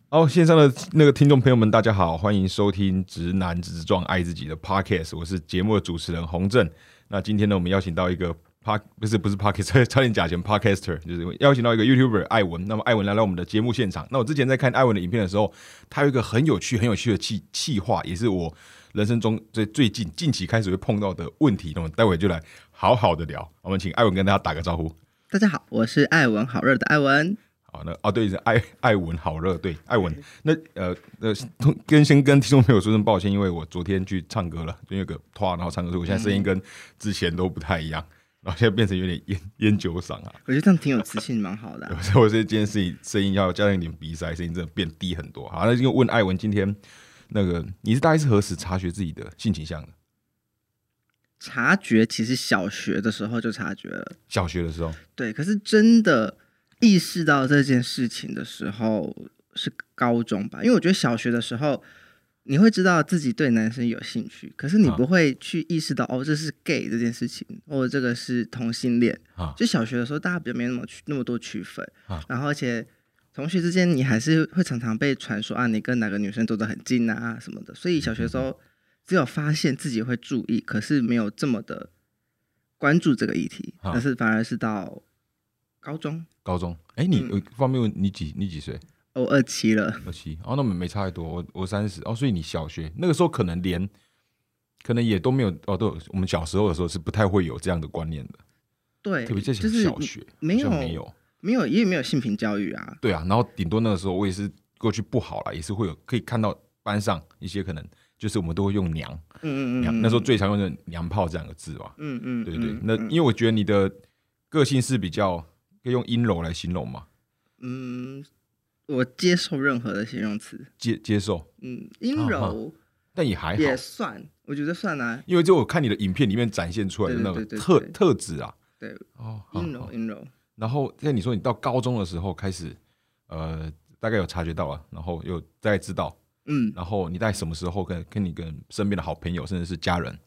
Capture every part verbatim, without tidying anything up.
好，线上的那个听众朋友们，大家好，欢迎收听《直男直撞爱自己》的 Podcast， 我是节目的主持人洪正。那今天呢，我们邀请到一个 Pod 不是不是 Podcast， 差点假钱 Podcaster， 就是邀请到一个 YouTuber 艾文。那么艾文来到我们的节目现场。那我之前在看艾文的影片的时候，他有一个很有趣、很有趣的企企划，也是我人生中最最近近期开始会碰到的问题。那么待会就来好好的聊。我们请艾文跟大家打个招呼。 大家好，我是艾文好热的艾文。 好，那哦对，是艾艾文好热，对艾文。那呃呃，跟先跟听众朋友说声抱歉，因为我昨天去唱歌了，就有个拖然后唱歌，所以我现在声音跟之前都不太一样，然后现在变成有点烟烟酒嗓啊。 我觉得这样挺有自信，蛮好的、啊。 所以我是今天声音声音要加上一点鼻塞，声音真的变低很多。好，那就问艾文，今天那个你是大概是何时察觉自己的性倾向的？ 察觉其实小学的时候就察觉了， 小学的时候。 对，可是真的意识到这件事情的时候是高中吧，因为我觉得小学的时候你会知道自己对男生有兴趣，可是你不会去意识到、啊、哦这是 gay 这件事情，或者这个是同性恋、啊、就小学的时候大家比较没那么那么多区分、啊、然后而且同学之间你还是会常常被传说啊你跟哪个女生走得很近啊什么的，所以小学的时候只有发现自己会注意，可是没有这么的关注这个议题，但是反而是到高中。 高中，哎、欸，你、嗯、方便问你几你几岁？ 我二七了， 二七。哦，那我们没差太多，我我三十。哦，所以你小学那个时候可能连，可能也都没有哦，都我们小时候的时候是不太会有这样的观念的。 对， 特别在小学、 就是、没有没有没有也没有性平教育啊。 对啊，然后顶多那个时候我也是过去不好啦，也是会有可以看到班上一些可能就是我们都会用娘，嗯嗯嗯，那时候最常用的娘炮这两个字吧。嗯嗯，对对对。那因为我觉得你的个性是比较。可以用阴柔来形容吗？ 嗯，我接受任何的形容词。 接接受， 嗯，阴柔、啊， 但也还好， 也算，我觉得算啊。 因为就我看你的影片里面展现出来的那个特特质啊， 对，哦，阴柔阴柔。 然后在你说你到高中的时候开始，呃，大概有察觉到了，然后又大概知道，嗯，然后你在什么时候跟跟你跟身边的好朋友甚至是家人，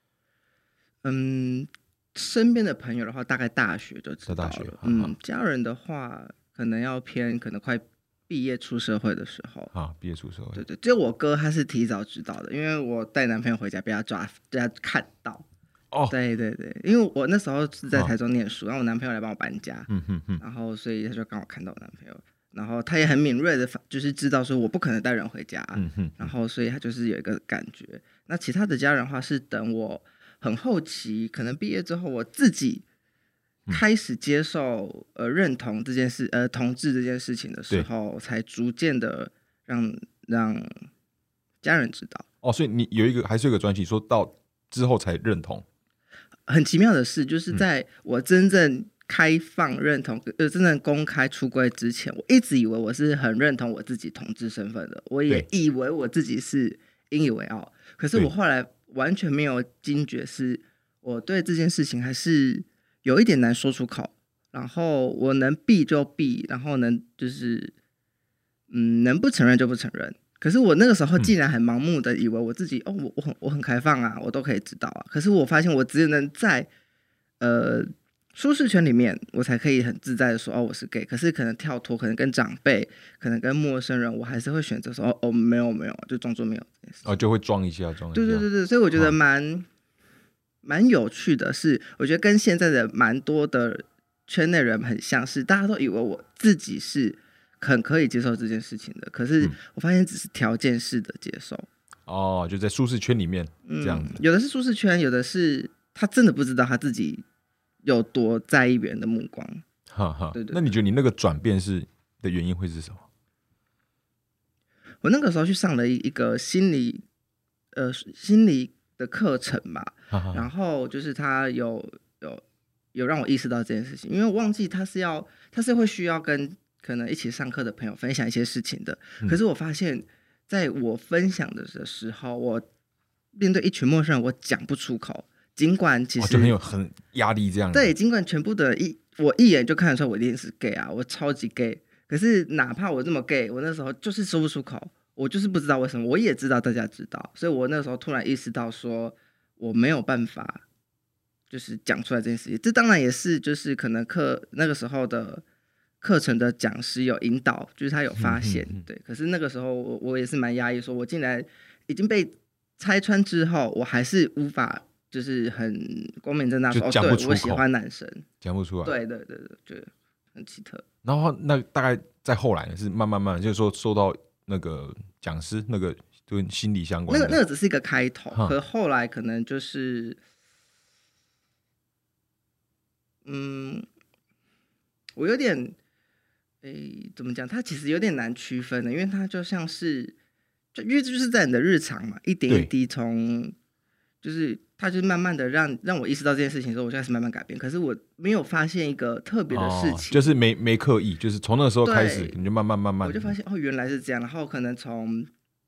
嗯。身边的朋友的话，大概大学就知道了。 大学嗯，家人的话，可能要偏可能快毕业出社会的时候啊，毕业出社会。 对对，就我哥他是提早知道的，因为我带男朋友回家被他抓，被他看到。哦，对对对，因为我那时候是在台中念书，然后我男朋友来帮我搬家，嗯哼哼，然后所以他就刚好看到我男朋友，然后他也很敏锐的，就是知道说我不可能带人回家，嗯哼，然后所以他就是有一个感觉。那其他的家人的话是等我。很后期，可能毕业之后，我自己开始接受、嗯、呃认同这件事，呃同志这件事情的时候，才逐渐的让让家人知道。 哦，所以你有一个还是有一个专辑，说到之后才认同。 很奇妙的是，就是在我真正开放认同、呃真正公开出柜之前，我一直以为我是很认同我自己同志身份的，我也以为我自己是引以为傲。可是我后来。完全没有惊觉，是我对这件事情还是有一点难说出口，然后我能避就避，然后能就是嗯能不承认就不承认。可是我那个时候竟然很盲目的以为我自己、嗯、哦我我很我很开放啊，我都可以知道啊。可是我发现我只能在呃舒适圈里面，我才可以很自在的说哦我是 gay。可是可能跳脱，可能跟长辈，可能跟陌生人，我还是会选择说哦哦没有没有，就装作没有这件事。 哦，就会装一下装一下。 对对对对，所以我觉得蛮蛮、啊、有趣的是，我觉得跟现在的蛮多的圈内人很像是，大家都以为我自己是很可以接受这件事情的，可是我发现只是条件式的接受。 哦，就在舒适圈里面这样子、嗯。 有的是舒适圈，有的是他真的不知道他自己有多在意别人的目光。 哈哈，对对对。那你觉得你那个转变是的原因会是什么？ 我那个时候去上了一个心理，呃，心理的课程吧，然后就是他有有有让我意识到这件事情，因为我忘记他是要他是会需要跟可能一起上课的朋友分享一些事情的，嗯、可是我发现，在我分享的时候，我面对一群陌生人，我讲不出口，尽管其实、哦、 就很有很压力这样。 对，尽管全部的一我一眼就看得出来我一定是 gay 啊，我超级 gay。可是哪怕我这么 gay， 我那时候就是说不出口，我就是不知道为什么，我也知道大家知道，所以我那时候突然意识到说我没有办法就是讲出来这件事情。这当然也是就是可能课那个时候的课程的讲师有引导，就是他有发现， 嗯嗯嗯对。可是那个时候我我也是蛮压抑，说我竟然已经被拆穿之后，我还是无法就是很光明正大说， 就讲不出口， 哦，对，我喜欢男生， 讲不出来。 对对对对，就很奇特。 然后那大概在后来呢，是慢慢慢，就是说受到那个讲师那个跟心理相关的， 那个那个只是一个开头， 嗯、 可后来可能就是，嗯，我有点。诶，怎么讲？它其实有点难区分的，因为它就像是，就因为这就是在你的日常嘛，一点一滴从，就是它就是慢慢的让让我意识到这件事情的时候，我就开始慢慢改变。可是我没有发现一个特别的事情， 哦、就是没没刻意，就是从那个时候开始，你就慢慢慢慢， 我就发现哦，原来是这样。然后可能从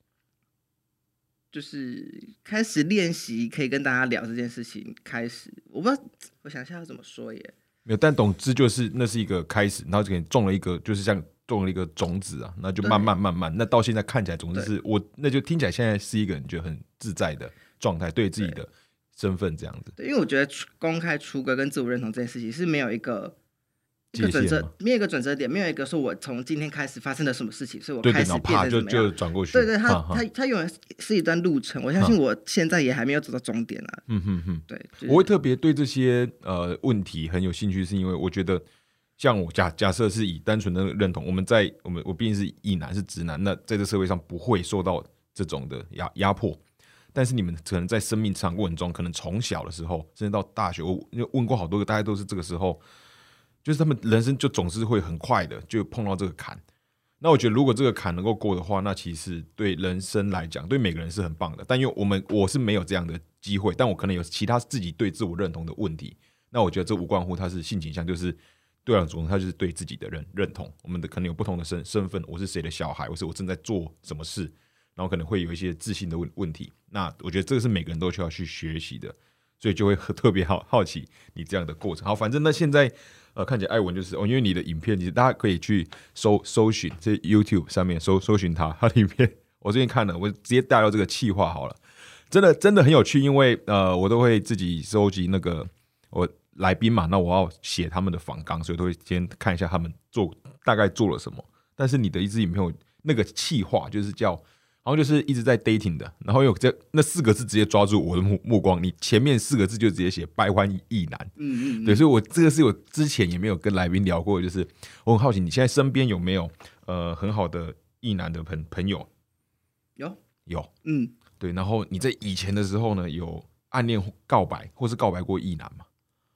就是开始练习，可以跟大家聊这件事情开始，我不知道，我想一下要怎么说耶。 没有，但总之就是那是一个开始，然后就给你种了一个，就是像种了一个种子啊，那就慢慢慢慢，那到现在看起来，总之是我，那就听起来现在是一个你觉得很自在的状态，对自己的身份这样子。 对，因为我觉得公开出柜跟自我认同这件事情是没有一个一个准则，没有一个准则点，没有一个说我从今天开始发生了什么事情，所以我开始变成怎么样， 就就转过去。 对对，它它它永远是一段路程，我相信我现在也还没有走到终点啊。 嗯哼哼， 对，就是、 我会特别对这些呃问题很有兴趣，是因为我觉得，像我假假设是以单纯的认同，我们在我们我毕竟是异男是直男，那在这社会上不会受到这种的压压迫。但是你们可能在生命成长过程中，可能从小的时候，甚至到大学，我问过好多个，大家都是这个时候。就是他们人生就总是会很快的就碰到这个坎，那我觉得如果这个坎能够过的话，那其实对人生来讲，对每个人是很棒的。但因为我们我是没有这样的机会，但我可能有其他自己对自我认同的问题。那我觉得这无关乎他是性倾向，就是对我来说，他就是对自己的认认同。我们的可能有不同的身身份，我是谁的小孩，我是我正在做什么事，然后可能会有一些自信的问问题。那我觉得这个是每个人都需要去学习的，所以就会特别好好奇你这样的过程。好，反正那现在。呃，看起来艾文就是哦，因为你的影片，其实大家可以去搜搜寻，在 YouTube 上面搜搜寻他，他的影片，我最近看了，我直接带到这个企划好了，真的真的很有趣，因为呃，我都会自己收集那个我来宾嘛，那我要写他们的访纲，所以都会先看一下他们做大概做了什么。但是你的一支影片，那个企划就是叫。然后就是一直在 dating 的，然后有这那四个字直接抓住我的目目光。你前面四个字就直接写“掰弯异男”，嗯嗯，对，所以我这个是我之前也没有跟来宾聊过，就是我很好奇，你现在身边有没有呃很好的异男的朋朋友？ 有有， 嗯， 对。然后你在以前的时候呢，有暗恋告白或是告白过异男吗？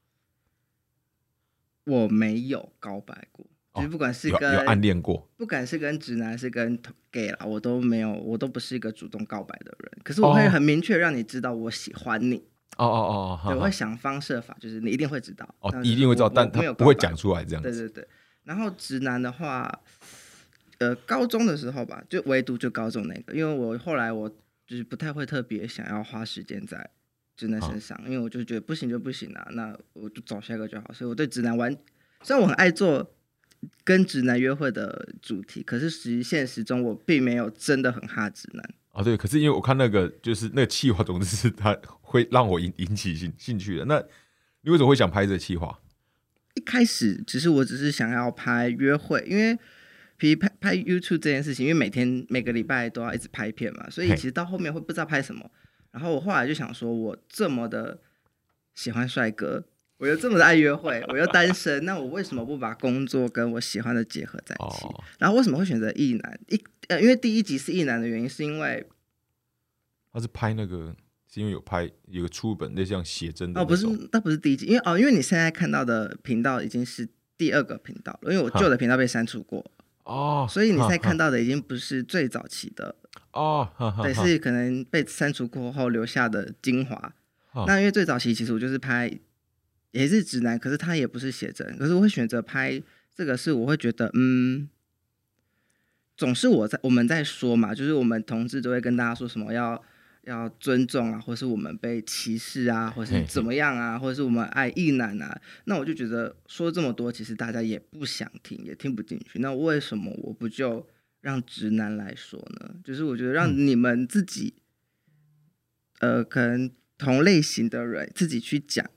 我没有告白过。就是不管是跟、 哦、有, 有暗恋过， 不管是跟直男还是跟 gay 啦，我都没有，我都不是一个主动告白的人。可是我会很明确让你知道我喜欢你。 哦哦哦， 对，我会想方设法，就是你一定会知道。 哦，一定会知道，但他不会讲出来这样子。 对对对。然后直男的话，呃，高中的时候吧，就唯独就高中那个，因为我后来我就是不太会特别想要花时间在直男身上，哦、因为我就觉得不行就不行啊，那我就找下一个就好。所以我对直男完，虽然我很爱做。跟直男约会的主题，可是实现实中我并没有真的很哈直男啊。对，可是因为我看那个就是那个企划，总之是他会让我引引起兴兴趣的。那你为什么会想拍这个企划？ 一开始只是我只是想要拍约会，因为比拍拍 YouTube 这件事情，因为每天每个礼拜都要一直拍片嘛，所以其实到后面会不知道拍什么。然后我后来就想说，我这么的喜欢帅哥。我又这么的爱约会，我又单身，那我为什么不把工作跟我喜欢的结合在一起？哦、然后为什么会选择异男？一呃，因为第一集是异男的原因，是因为他是拍那个，是因为有拍有个出本类似像写真的哦，不是，那不是第一集，因为哦，因为你现在看到的频道已经是第二个频道了，因为我旧的频道被删除过哦，所以你现在看到的已经不是最早期的哦，对，是可能被删除过后留下的精华。那因为最早期其实我就是拍。也是直男，可是他也不是写真，可是我会选择拍这个，是我会觉得，嗯，总是我在我们在说嘛，就是我们同志都会跟大家说什么要要尊重啊，或是我们被歧视啊，或是怎么样啊，或者是我们爱异男啊，那我就觉得说这么多，其实大家也不想听，也听不进去，那为什么我不就让直男来说呢？就是我觉得让你们自己，嗯、呃，可能同类型的人自己去讲。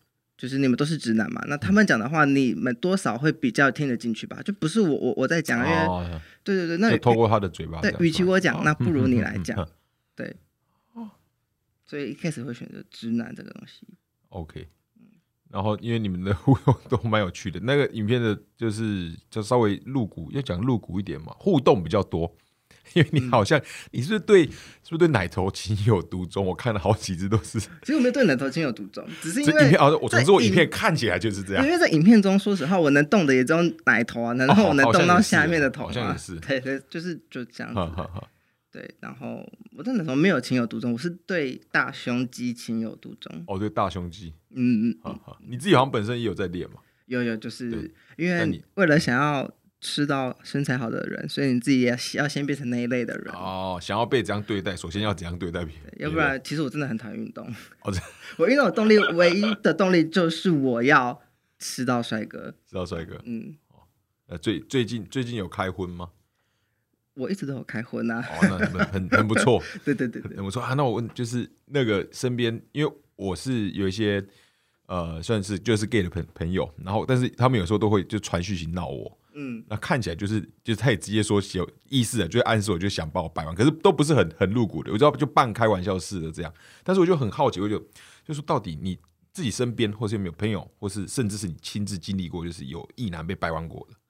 就是你们都是直男嘛，那他们讲的话，你们多少会比较听得进去吧？就不是我我我在讲，因为、哦、对对对，那就透过他的嘴巴， 对，与其我讲、 哦， 那不如你来讲，嗯、对，所以一开始会选择直男这个东西。 OK， 然后因为你们的互动都蛮有趣的，那个影片的就是就稍微露骨，要讲露骨一点嘛，互动比较多。因为你好像、嗯、你是不是对是不是对奶头情有独钟？我看了好几支都是。 其实我没有对奶头情有独钟，只是因为影片哦，我总之我影片看起来就是这样。 因为在影片中，说实话，我能动的也只有奶头啊，然后我能动到下面的头、啊， 好像也是。 对对，就是就这样子。好好好对，然后我对奶头没有情有独钟，我是对大胸肌情有独钟。 哦，对大胸肌， 嗯嗯好好，你自己好像本身也有在练嘛？ 有有，就是因为为了想要吃到身材好的人，所以你自己也要先变成那一类的人哦。想要被这样对待，首先要怎样对待别人？ 要不然，其实我真的很讨厌运动。哦、我运动的动力，唯一的动力就是我要吃到帅哥， 吃到帅哥。 嗯， 呃，最最近最近有开荤吗？ 我一直都有开荤啊。 哦，那很很很不错。 对对对对， 很不错啊。那我问，就是那个身边，因为我是有一些呃，算是就是 gay 的朋朋友，然后但是他们有时候都会就传讯息闹我。嗯，那看起来就是就是他也直接说有意思的，就暗示我就想把我掰弯，可是都不是很很露骨的，我知道就半开玩笑似的这样。但是我就很好奇，我就就说到底你自己身边或是有没有朋友，或是甚至是你亲自经历过，就是有异男被掰弯过的？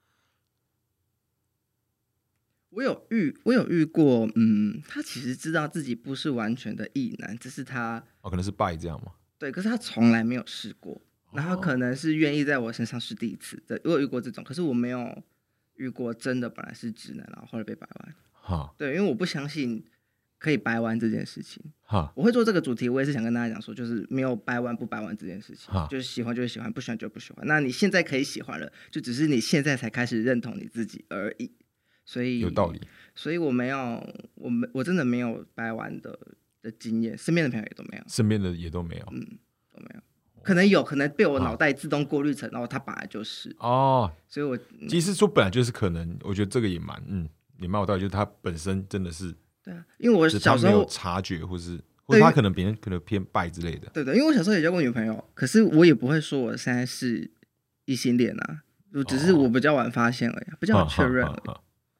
我有遇我有遇过，嗯，他其实知道自己不是完全的异男，只是他哦，可能是拜这样吗？ 对，可是他从来没有试过。然后可能是愿意在我身上试第一次的，我有遇过这种，可是我没有遇过真的本来是直男，然后后来被掰弯。哈，对，因为我不相信可以掰弯这件事情。哈，我会做这个主题，我也是想跟大家讲说，就是没有掰弯不掰弯这件事情，就是喜欢就是喜欢，不喜欢就不喜欢。那你现在可以喜欢了，就只是你现在才开始认同你自己而已。所以有道理。 所以我没有，我没我真的没有掰弯的的经验，身边的朋友也都没有， 身边的也都没有， 嗯，都没有。可能有可能被我脑袋自动过滤成，然后他本来就是哦，所以我、 嗯、其实说本来就是可能，我觉得这个也蛮嗯也蛮有道理，就是他本身真的是对啊，因为我小时候没有察觉，或是或者他可能别人可能偏拜之类的， 对对，因为我小时候也交过女朋友，可是我也不会说我现在是异性恋啊，只是我比较晚发现而已，比较晚确认而已。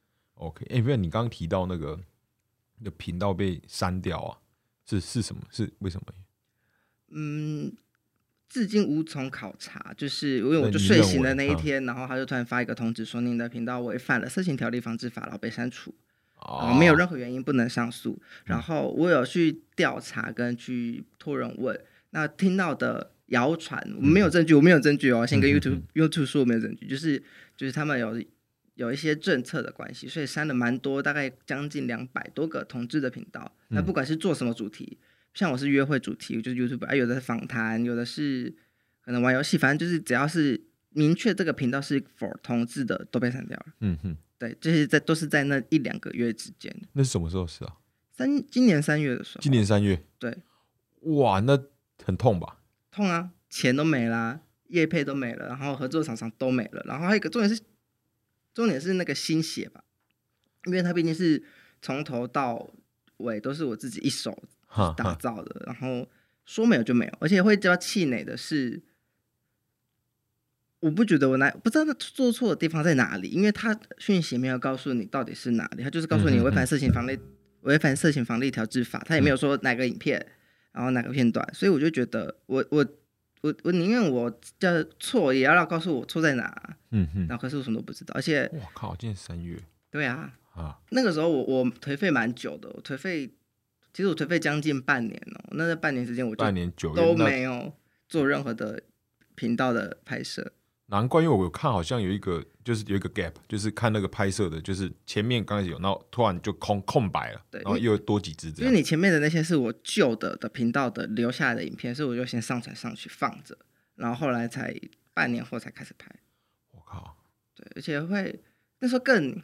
OK， 哎、欸，不然你刚刚提到那个那个频道被删掉啊，是是什么？是为什么？ 嗯。至今无从考察，就是因为我就睡醒的那一天，然后他就突然发一个通知说您的频道违反了色情条例防治法，然后被删除，哦、然后没有任何原因不能上诉。然后我有去调查跟去托人问，那听到的谣传，我没有证据，我没有证据哦，先跟 YouTube、嗯、YouTube 说我没有证据，就是就是他们有有一些政策的关系，所以删了蛮多，大概将近两百多个同志的频道。那不管是做什么主题。像我是约会主题，就是 YouTube 啊，有的是访谈，有的是可能玩游戏，反正就是只要是明确这个频道是 for 同志的，都被删掉了。嗯哼，对，这些在都是在那一两个月之间。 那是什么时候是啊？ 三今年三月的时候。 今年三月。 对。 哇，那很痛吧？ 痛啊，钱都没啦，业配都没了，然后合作厂商都没了，然后还有一个重点是，重点是那个心血吧，因为它毕竟是从头到尾都是我自己一手。打造的，然后说没有就没有，而且会比较气馁的是，我不觉得我哪不知道他做错的地方在哪里，因为他讯息没有告诉你到底是哪里，他就是告诉你违反色情防例违反色情防例调治法，他也没有说哪个影片，然后哪个片段，所以我就觉得我我我我宁愿我叫错也要告诉我错在哪，嗯哼，然后可是我什么都不知道，而且我靠，今年三月， 对啊，啊，那个时候我我颓废蛮久的，我颓废。其实我颓废将近半年哦、喔，那在半年时间我就都没有做任何的频道的拍摄。 难怪，因为我有看好像有一个就是有一个 gap， 就是看那个拍摄的，就是前面刚开始有，然后突然就空空白了，对，然后又多几支这样。 因为你前面的那些是我旧的的频道的留下来的影片，所以我就先上传上去放着，然后后来才半年后才开始拍。 我靠！ 对，而且会那时候更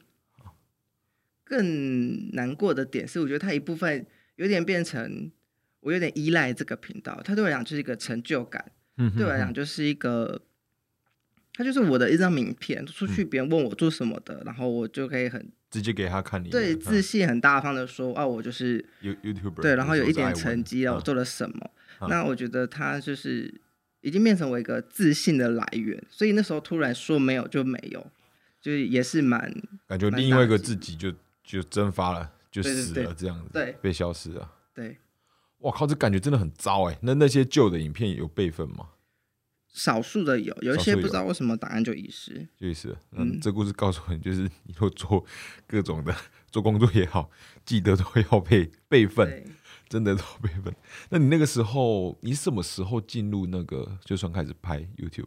更难过的点是，我觉得它一部分。有点变成我有点依赖这个频道，它对我来讲就是一个成就感，嗯、对我来讲就是一个，它就是我的一张名片，出去别人问我做什么的，嗯、然后我就可以很直接给他看你， 对，自信很大方的说，啊，我就是 YouTuber， 对，然后有一点成绩了， 啊、 我做了什么，啊、那我觉得他就是已经变成我一个自信的来源，所以那时候突然说没有就没有，就也是蛮感觉另外一个自己就就蒸发了，就死了这样子， 对， 被消失了。 对， 哇靠，这感觉真的很糟哎。那那些旧的影片有备份吗？ 少数的有，有一些不知道为什么档案就遗失， 就遗失了。嗯，这故事告诉你，就是以后做各种的做工作也好，记得都要备备份，真的都备份。那你那个时候，你什么时候进入那个就算开始拍 YouTube？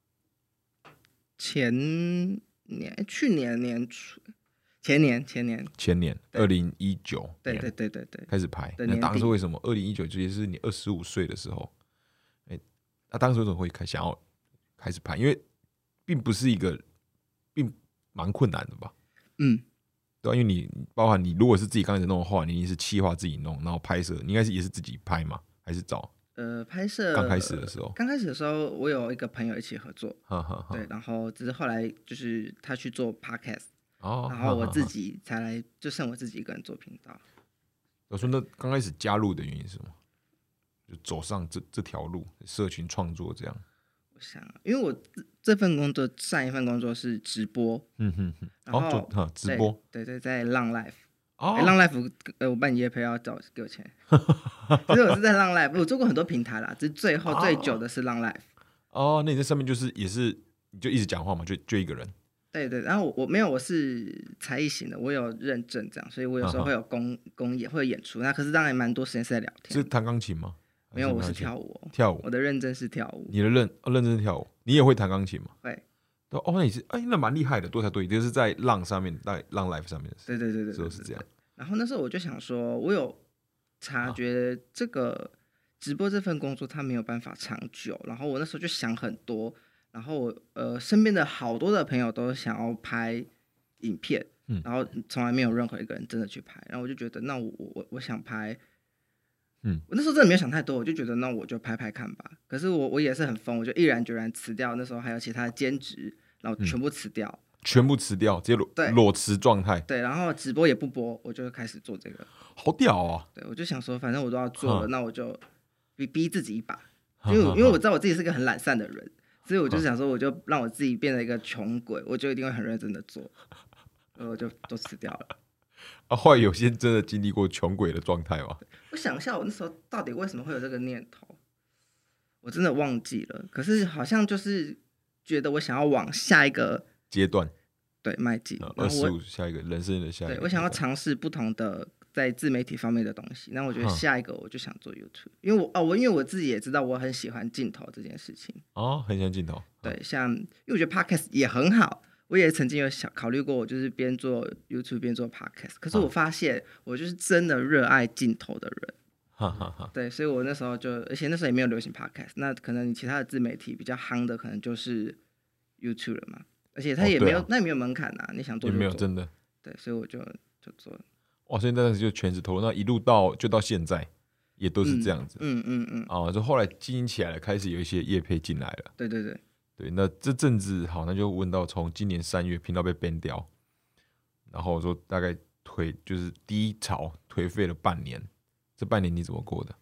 前年、去年年初、前年、前年、 前年，二零一九年， 对对对对对， 开始拍。那当时为什么二零一九就也是你二十五岁的时候？哎、欸，那、啊、当时为什么会开想要开始拍？因为并不是一个，并蛮困难的吧？ 嗯， 对、啊，因为你包含你如果是自己刚开始弄的话，你一定是企划自己弄，然后拍摄，你应该是也是自己拍嘛，还是找？ 呃，拍摄刚开始的时候， 刚开始的时候，我有一个朋友一起合作， 呵呵呵对，然后只是后来就是他去做 podcast， 哦， 然后我自己才来，就剩我自己一个人做频道。 我说那刚开始加入的原因是什么？就走上这这条路，社群创作这样。 我想，因为我这份工作上一份工作是直播， 嗯哼哼， 然后、 哦、做直播， 对 对, 对，在浪 life。 哦， 欸、浪 life， 呃，我办业配要找给我钱。其实我是在浪 life， 我做过很多平台啦，只是最后最久的是浪 life。 哦，那你在上面就是也是你就一直讲话嘛，就就一个人。 对对，然后我我没有，我是才艺型的，我有认证这样，所以我有时候会有公公演会有演出，那可是当然蛮多时间是在聊天。 是弹钢琴吗？ 没有，我是跳舞、哦。 跳舞， 我的认真是跳舞。 你的认哦认真是跳舞，你也会弹钢琴吗？ 会。 哦，那你是哎，那蛮厉害的，多才多艺，就是在浪上面，在浪 life 上面的。 对对对对， 都是这样。 然后那时候我就想说，我有察觉这个直播这份工作它没有办法长久，然后我那时候就想很多，然后我呃身边的好多的朋友都想要拍影片， 嗯、 然后从来没有任何一个人真的去拍，然后我就觉得那我我我想拍，嗯，我那时候真的没有想太多，我就觉得那我就拍拍看吧。可是我我也是很疯，我就毅然决然辞掉那时候还有其他的兼职，然后全部辞掉。嗯全部辞掉，直接裸裸辞状态。 对，然后直播也不播，我就开始做这个。 好屌啊！ 对，我就想说，反正我都要做了，那我就逼逼自己一把。因为因为我知道我自己是个很懒散的人，所以我就想说，我就让我自己变成一个穷鬼，我就一定会很认真的做，然后我就都辞掉了。 啊，后来有些真的经历过穷鬼的状态吗？ 我想一下，我那时候到底为什么会有这个念头，我真的忘记了。可是好像就是觉得我想要往下一个阶段对迈进， 二十五下一个人生的下一个， 对我想要尝试不同的在自媒体方面的东西。那我觉得下一个我就想做 YouTube， 因为我哦我因为我自己也知道我很喜欢镜头这件事情哦，很喜欢镜头。 对，像因为我觉得 Podcast 也很好，我也曾经有想考虑过，我就是边做 YouTube 边做 Podcast， 可是我发现我就是真的热爱镜头的人。 哈哈哈， 对，所以我那时候就，而且那时候也没有流行 Podcast， 那可能你其他的自媒体比较夯的，可能就是 YouTube 了嘛。而且它也没有，哦啊、那也没有门槛呐，你想做就做。 也没有真的。 对，所以我就就做了。 哇，所以那时就全职投入，那一路到就到现在，也都是这样子。 嗯嗯嗯。哦、 嗯，就后来经营起来了，开始有一些业配进来了。 对对对。 对，那这阵子好，那就问到从今年三月频道被 ban 掉，然后说大概颓就是低潮颓废了半年，这半年你怎么过的？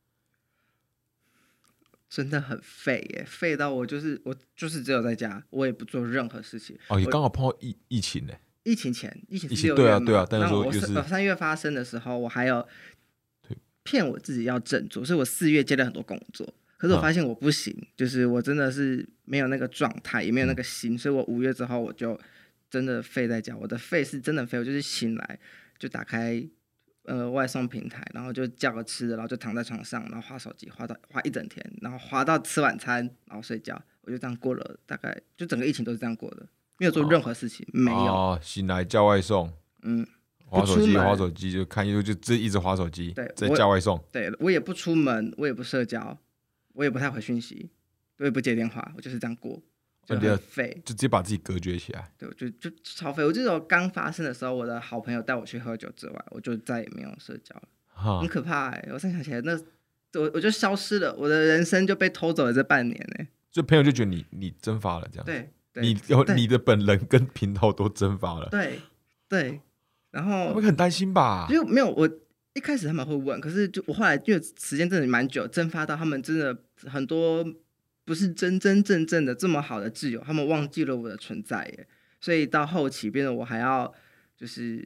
真的很废耶，废到我就是我就是只有在家，我也不做任何事情。 哦，也刚好碰到疫疫情呢。 疫情前，疫情是六月嘛，对啊对啊，但是说就是我三月发生的时候，我还有骗我自己要振作，所以我四月接了很多工作，可是我发现我不行，嗯、就是我真的是没有那个状态，也没有那个心，嗯、所以我五月之后我就真的废在家。我的废是真的废，我就是醒来就打开。呃，外送平台，然后就叫个吃的，然后就躺在床上，然后滑手机，滑到滑一整天，然后滑到吃晚餐，然后睡觉，我就这样过了，大概就整个疫情都是这样过的，没有做任何事情，哦、没有。 哦，醒来叫外送，嗯，滑手机，滑手机就看 YouTube 就就一直滑手机， 对， 在叫外送。 对，我也不出门，我也不社交，我也不太回讯息，我也不接电话，我就是这样过。就很废， 就直接把自己隔绝起来。 对，就就超废。我记得我刚发生的时候，我的好朋友带我去喝酒之外，我就再也没有社交了，很可怕哎、欸！我现在想起来，那我我就消失了，我的人生就被偷走了这半年哎、欸。 所以朋友就觉得你你蒸发了这样子， 对，对你有你的本人跟频道都蒸发了， 对对。然后会很担心吧？ 就没有我一开始他们会问，可是就我后来因为时间真的蛮久，蒸发到他们真的很多。 不是真真正正的这么好的挚友，他们忘记了我的存在耶。所以到后期变得我还要就是，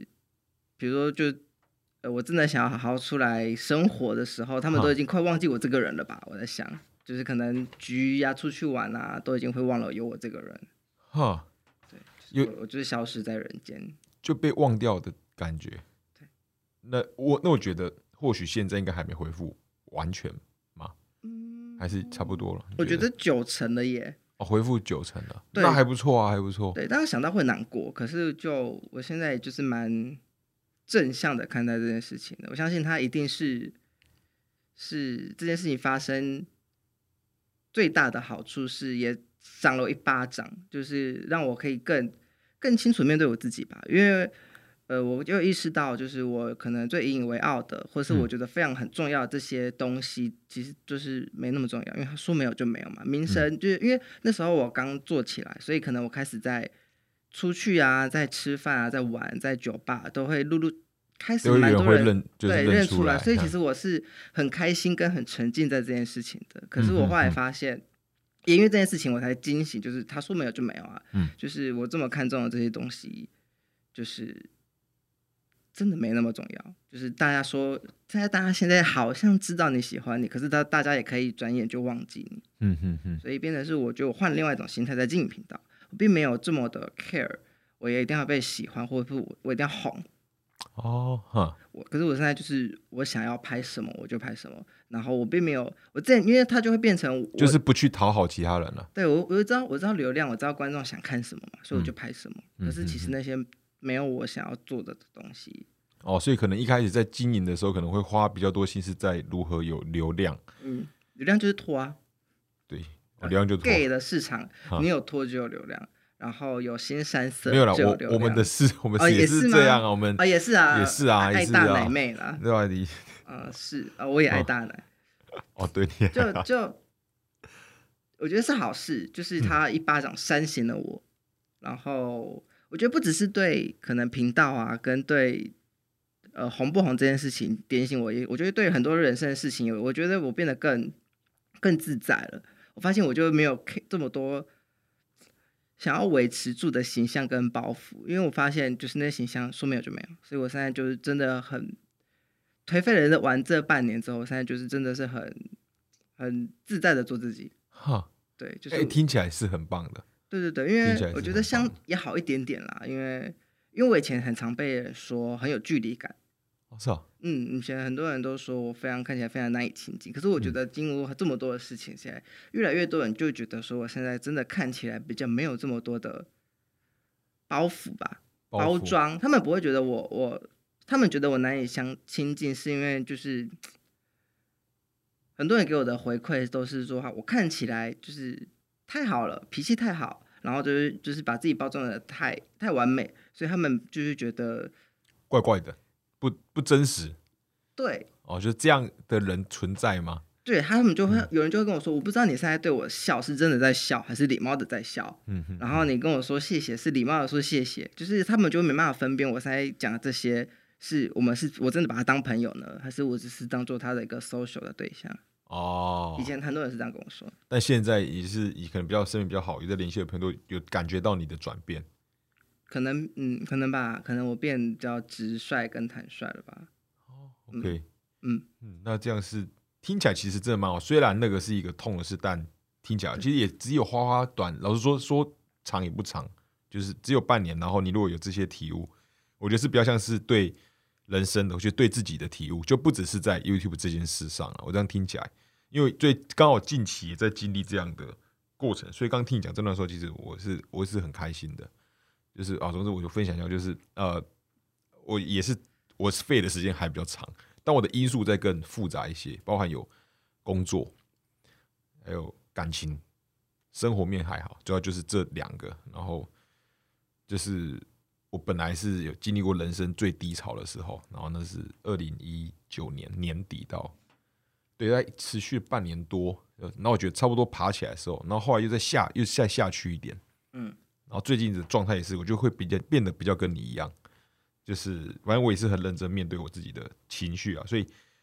比如说就呃我真的想要好好出来生活的时候，他们都已经快忘记我这个人了吧？我在想，就是可能局呀、出去玩啊，都已经会忘了有我这个人。 哈， 对，就是、我我就是消失在人间， 就被忘掉的感觉。 对， 那我那我觉得或许现在应该还没恢复完全吗？ 嗯， 还是差不多了？ 我觉得九成了耶。 哦，恢复九成了，那还不错啊，还不错。 对，当然想到会难过，可是就我现在就是蛮正向的看待这件事情的。我相信它一定是是这件事情发生最大的好处是也赏了我一巴掌，就是让我可以更更清楚面对我自己吧。因为呃，我就意识到，就是我可能最引以为傲的，或是我觉得非常很重要的这些东西，其实就是没那么重要，因为他说没有就没有嘛。名声、嗯、就是因为那时候我刚做起来，所以可能我开始在出去啊，在吃饭啊，在玩，在酒吧都会陆陆开始蛮多人认、就是、 对认出来，所以其实我是很开心跟很沉浸在这件事情的。可是我后来发现。嗯嗯嗯也因为这件事情，我才惊醒，就是他说没有就没有啊，嗯、就是我这么看重的这些东西，就是真的没那么重要。就是大家说，大家大家现在好像知道你喜欢你，可是大大家也可以转眼就忘记你。嗯嗯嗯。所以变成是，我觉得我换了另外一种心态在经营频道，我并没有这么的 care， 我也一定要被喜欢，或者是我我一定要红。哦，哈！我可是我现在就是我想要拍什么我就拍什么，然后我并没有我之前，因为它就会变成我就是不去讨好其他人了。 对，我我就知道我知道流量，我知道观众想看什么嘛，所以我就拍什么。嗯、可是其实那些没有我想要做的东西。 哦，所以可能一开始在经营的时候，可能会花比较多心思在如何有流量。 嗯，流量就是拖啊。 对，流量就拖。 gay 的市场，你有拖就有流量。然后有新山色没有啦，我我们的是，我们也是这样啊，我们啊也是啊， 也是啊， 爱大奶妹啦， 对吧？你呃是啊，我也爱大奶。 哦，对，你就就我觉得是好事，就是他一巴掌扇醒了我。然后我觉得不只是对可能频道啊，跟对呃红不红这件事情点醒我，也我觉得对很多人生的事情，我觉得我变得更更自在了。我发现我就没有这么多。想要维持住的形象跟包袱，因为我发现就是那些形象说没有就没有，所以我现在就是真的很颓废人的玩这半年之后，我现在就是真的是很很自在的做自己。哈，对，就是、 欸、听起来是很棒的。 对对对，因为我觉得相也好一点点啦，因为因为我以前很常被人说很有距离感。 哦，是啊。 嗯，以前很多人都说我非常看起来非常难以亲近，可是我觉得经过这么多的事情，现在越来越多人就觉得说我现在真的看起来比较没有这么多的包袱吧，包装，他们不会觉得我我，他们觉得我难以相亲近，是因为就是很多人给我的回馈都是说，我看起来就是太好了，脾气太好，然后就是就是把自己包装的太太完美，所以他们就是觉得怪怪的。不不真实， 对哦，就这样的人存在吗？ 对，他们就会、嗯、有人就会跟我说，我不知道你现在对我笑是真的在笑，还是礼貌的在笑。嗯哼，然后你跟我说谢谢是礼貌的说谢谢，就是他们就没办法分辨我现在讲的这些是我们是我真的把他当朋友呢，还是我只是当做他的一个 social 的对象。哦，以前很多人是这样跟我说， 但现在也是以可能比较生命比较好，有在联系的朋友都有感觉到你的转变。 可能嗯，可能吧，可能我变比较直率跟坦率了吧。 哦 ，OK， 嗯 嗯, 嗯，那这样是听起来其实真的蛮好。虽然那个是一个痛的事，但听起来其实也只有花花短，老实说说长也不长，就是只有半年。然后你如果有这些体悟，我觉得是比较像是对人生的，我觉得对自己的体悟，就不只是在 YouTube 这件事上了。我这样听起来，因为最刚好近期也在经历这样的过程，所以刚听你讲这段时候，其实我是我是很开心的。就是啊，总之我就分享一下，就是呃，我也是我是废的时间还比较长，但我的因素再更复杂一些，包含有工作，还有感情，生活面还好，主要就是这两个。然后就是我本来是有经历过人生最低潮的时候，然后那是二零一九年年底到，对，在持续半年多，然后我觉得差不多爬起来的时候，然后后来又再下又再下去一点，嗯。然后最近的状态也是，我就会比较变得比较跟你一样，就是反正我也是很认真面对我自己的情绪啊，所以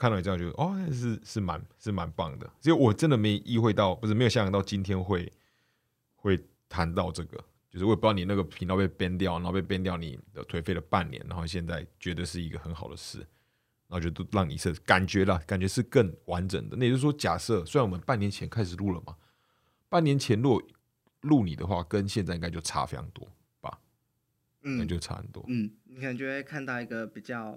看到你这样，觉得哦，是是蛮是蛮棒的。所以我真的没意会到，不是没有想象到今天会会谈到这个，就是我也不知道你那个频道被 ban 掉，然后被 ban 掉，你的颓废了半年，然后现在觉得是一个很好的事，然后就都让你是感觉啦，感觉是更完整的。那也就是说，假设虽然我们半年前开始录了嘛，半年前如果录你的话，跟现在应该就差非常多吧？嗯，那就差很多。 嗯，你可能就会看到一个比较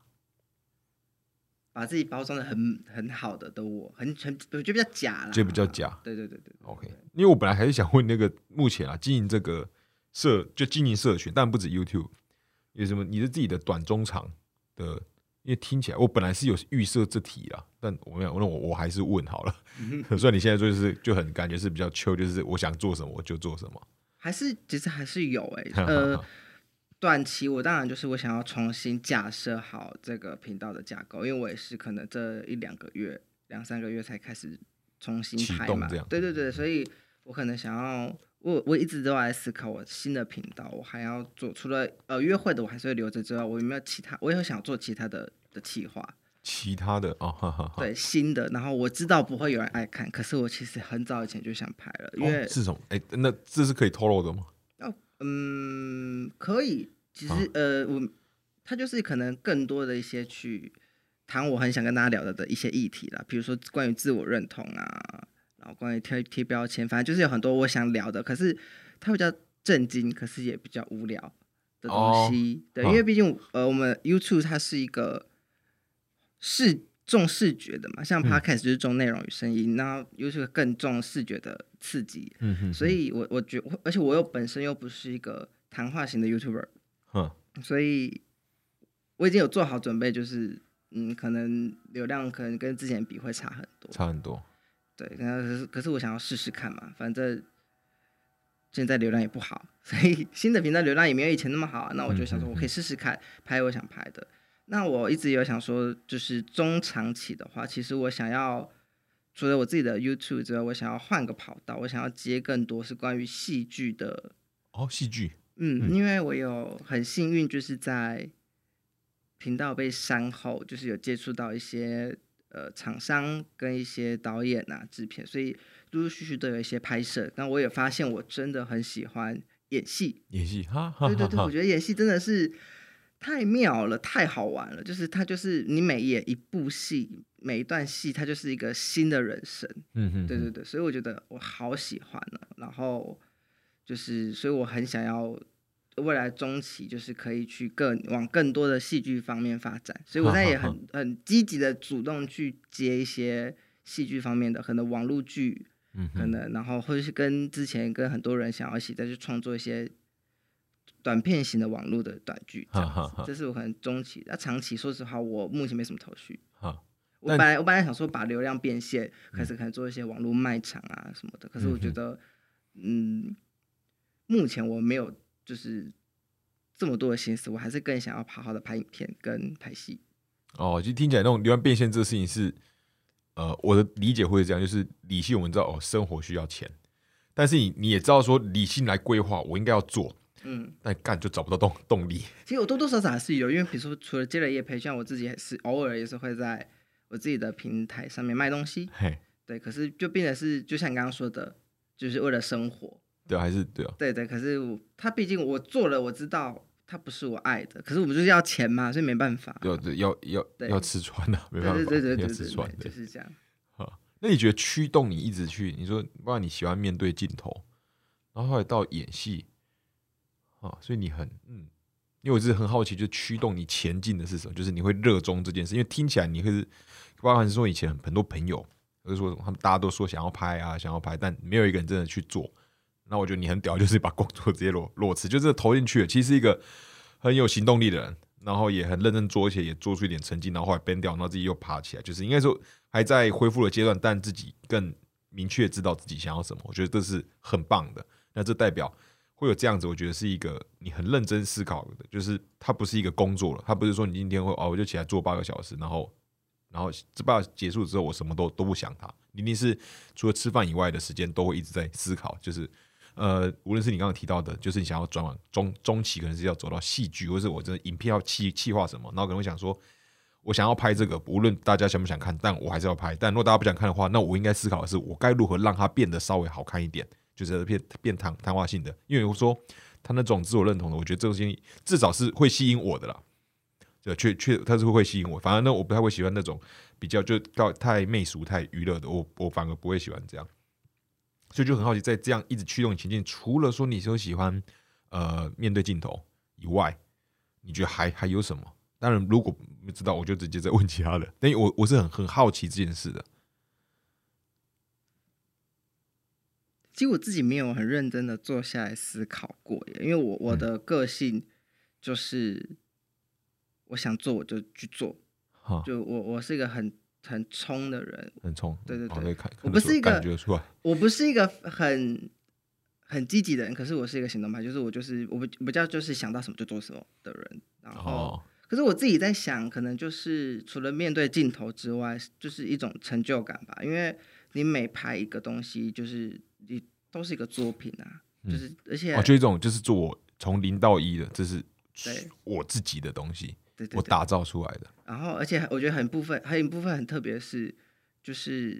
把自己包装的很很好的的我，很很我觉得比较假啦， 就比较假。 对对对对 ，OK。因为我本来还是想问那个目前啊经营这个社就经营社群，但不止 YouTube， 有什么你是自己的短中长的？因为听起来我本来是有预设这题啦，但我没有，那我我还是问好了。所以你现在就是就很感觉是比较 chill， 就是我想做什么我就做什么。还是其实还是有哎、欸，呃。短期我当然就是我想要重新架设好这个频道的架构，因为我也是可能这一两个月、两三个月才开始重新拍嘛，对对对，所以我可能想要，我我一直都在思考我新的频道，我还要做，除了呃约会的我还是会留着之外，我有没有其他，我也有想做其他的的企划， 其他的哦，哈哈， 对新的，然后我知道不会有人爱看，可是我其实很早以前就想拍了，因为、 哦、是什么？哎，那这是可以透露的吗？ 哦，嗯，可以。其实、啊、呃，我他就是可能更多的一些去谈我很想跟大家聊的的一些议题啦，比如说关于自我认同啊，然后关于贴贴标签，反正就是有很多我想聊的，可是它比较震惊，可是也比较无聊的东西。哦、对，因为毕竟呃，我们 YouTube 它是一个视重视觉的嘛，像 Podcast 就是重内容与声音，然后 YouTube 更重视觉的刺激。嗯哼哼，所以我我觉得，而且我又本身又不是一个谈话型的 YouTuber。所以我已经有做好准备，就是嗯，可能流量可能跟之前比会差很多， 差很多。 对，可是可是我想要试试看嘛，反正现在流量也不好，所以新的频道流量也没有以前那么好啊。那我就想说，我可以试试看拍我想拍的。那我一直有想说，就是中长期的话，其实我想要除了我自己的 YouTube 之外，我想要换个跑道，我想要接更多是关于戏剧的。 哦，戏剧。 嗯，因为我有很幸运，就是在频道被删后，就是有接触到一些呃厂商跟一些导演啊、制片，所以陆陆续续都有一些拍摄。但我也发现我真的很喜欢演戏， 演戏哈，哈， 对对对，我觉得演戏真的是太妙了，太好玩了。就是它就是你每演一部戏，每一段戏，它就是一个新的人生。嗯哼，对对对，所以我觉得我好喜欢呢、哦。然后。就是，所以我很想要未来中期就是可以去更往更多的戏剧方面发展，所以我现在也很很积极的主动去接一些戏剧方面的，可能网络剧，嗯，可能然后或者是跟之前跟很多人想要一起再去创作一些短片型的网络的短剧，这样子，这是我可能中期。那、啊、长期说实话，我目前没什么头绪。我本来我本来想说把流量变现，开始可能做一些网络卖场啊什么的，可是我觉得，嗯。目前我没有就是这么多的心思，我还是更想要好好的拍影片跟拍戏。 哦，就听起来那种流量变现这个事情是，呃，我的理解会是这样，就是理性我们知道哦，生活需要钱，但是你你也知道说理性来规划，我应该要做，嗯，但干就找不到动动力。 其实我多多少少还是有，因为比如说除了接了业配，像我自己也是偶尔也是会在我自己的平台上面卖东西，嘿，对，可是就变成是就像你刚刚说的，就是为了生活。 对，还是对啊， 对对，可是他毕竟我做了，我知道他不是我爱的，可是我们就是要钱嘛，所以没办法。 对对，要要要吃穿的、啊，没办法， 对对对对要吃穿的， 就是这样。 好，那你觉得驱动你一直去？你说，不然你喜欢面对镜头，然后后来到演戏，啊，所以你很嗯，因为我是很好奇，就驱动你前进的是什么？就是你会热衷这件事，因为听起来你会是，包含说以前很多朋友，就是说他们大家都说想要拍啊，想要拍，但没有一个人真的去做。那我觉得你很屌，就是把工作直接裸裸辞，就这投进去了。其实是一个很有行动力的人，然后也很认真做，而且也做出一点成绩，然后后来 ban 掉，然后自己又爬起来，就是应该说还在恢复的阶段，但自己更明确知道自己想要什么。我觉得这是很棒的。那这代表会有这样子，我觉得是一个你很认真思考的，就是它不是一个工作了，它不是说你今天会哦，我就起来做八个小时，然后然后这八个结束之后，我什么都都不想它，一定是除了吃饭以外的时间都会一直在思考，就是。呃，无论是你刚刚提到的，就是你想要转往中中期，可能是要走到戏剧，或是我真的影片要企企划什么，然后可能会想说， 我想要拍这个，无论大家想不想看，但我还是要拍。但如果大家不想看的话，那我应该思考的是，我该如何让它变得稍微好看一点，就是变变谈谈话性的。因为我说他那种自我认同的，我觉得这个东西至少是会吸引我的啦。对，确确他是会吸引我。反而呢，我不太会喜欢那种比较就到太媚俗、太娱乐的，我我反而不会喜欢这样。所以就很好奇，在这样一直驱动你前进，除了说你说喜欢呃面对镜头以外，你觉得还还有什么？当然，如果不知道，我就直接再问其他的。但我我是很很好奇这件事的。 其实我自己没有很认真的坐下来思考过耶，因为我我的个性就是我想做我就去做， 嗯、 就我我是一个很很冲的人， 很冲， 对对对， 哦、看我不是一个感觉出来， 我不是一个很很积极的人，可是我是一个行动派，就是我就是我比较就是想到什么就做什么的人，然后。哦，可是我自己在想，可能就是除了面对镜头之外，就是一种成就感吧。因为你每拍一个东西，就是你都是一个作品啊，嗯、就是而且哦，就一种就是做我从零到一的，这是对我自己的东西， 对对对， 我打造出来的。 然后，而且我觉得很部分还有一部分很特别的是，就是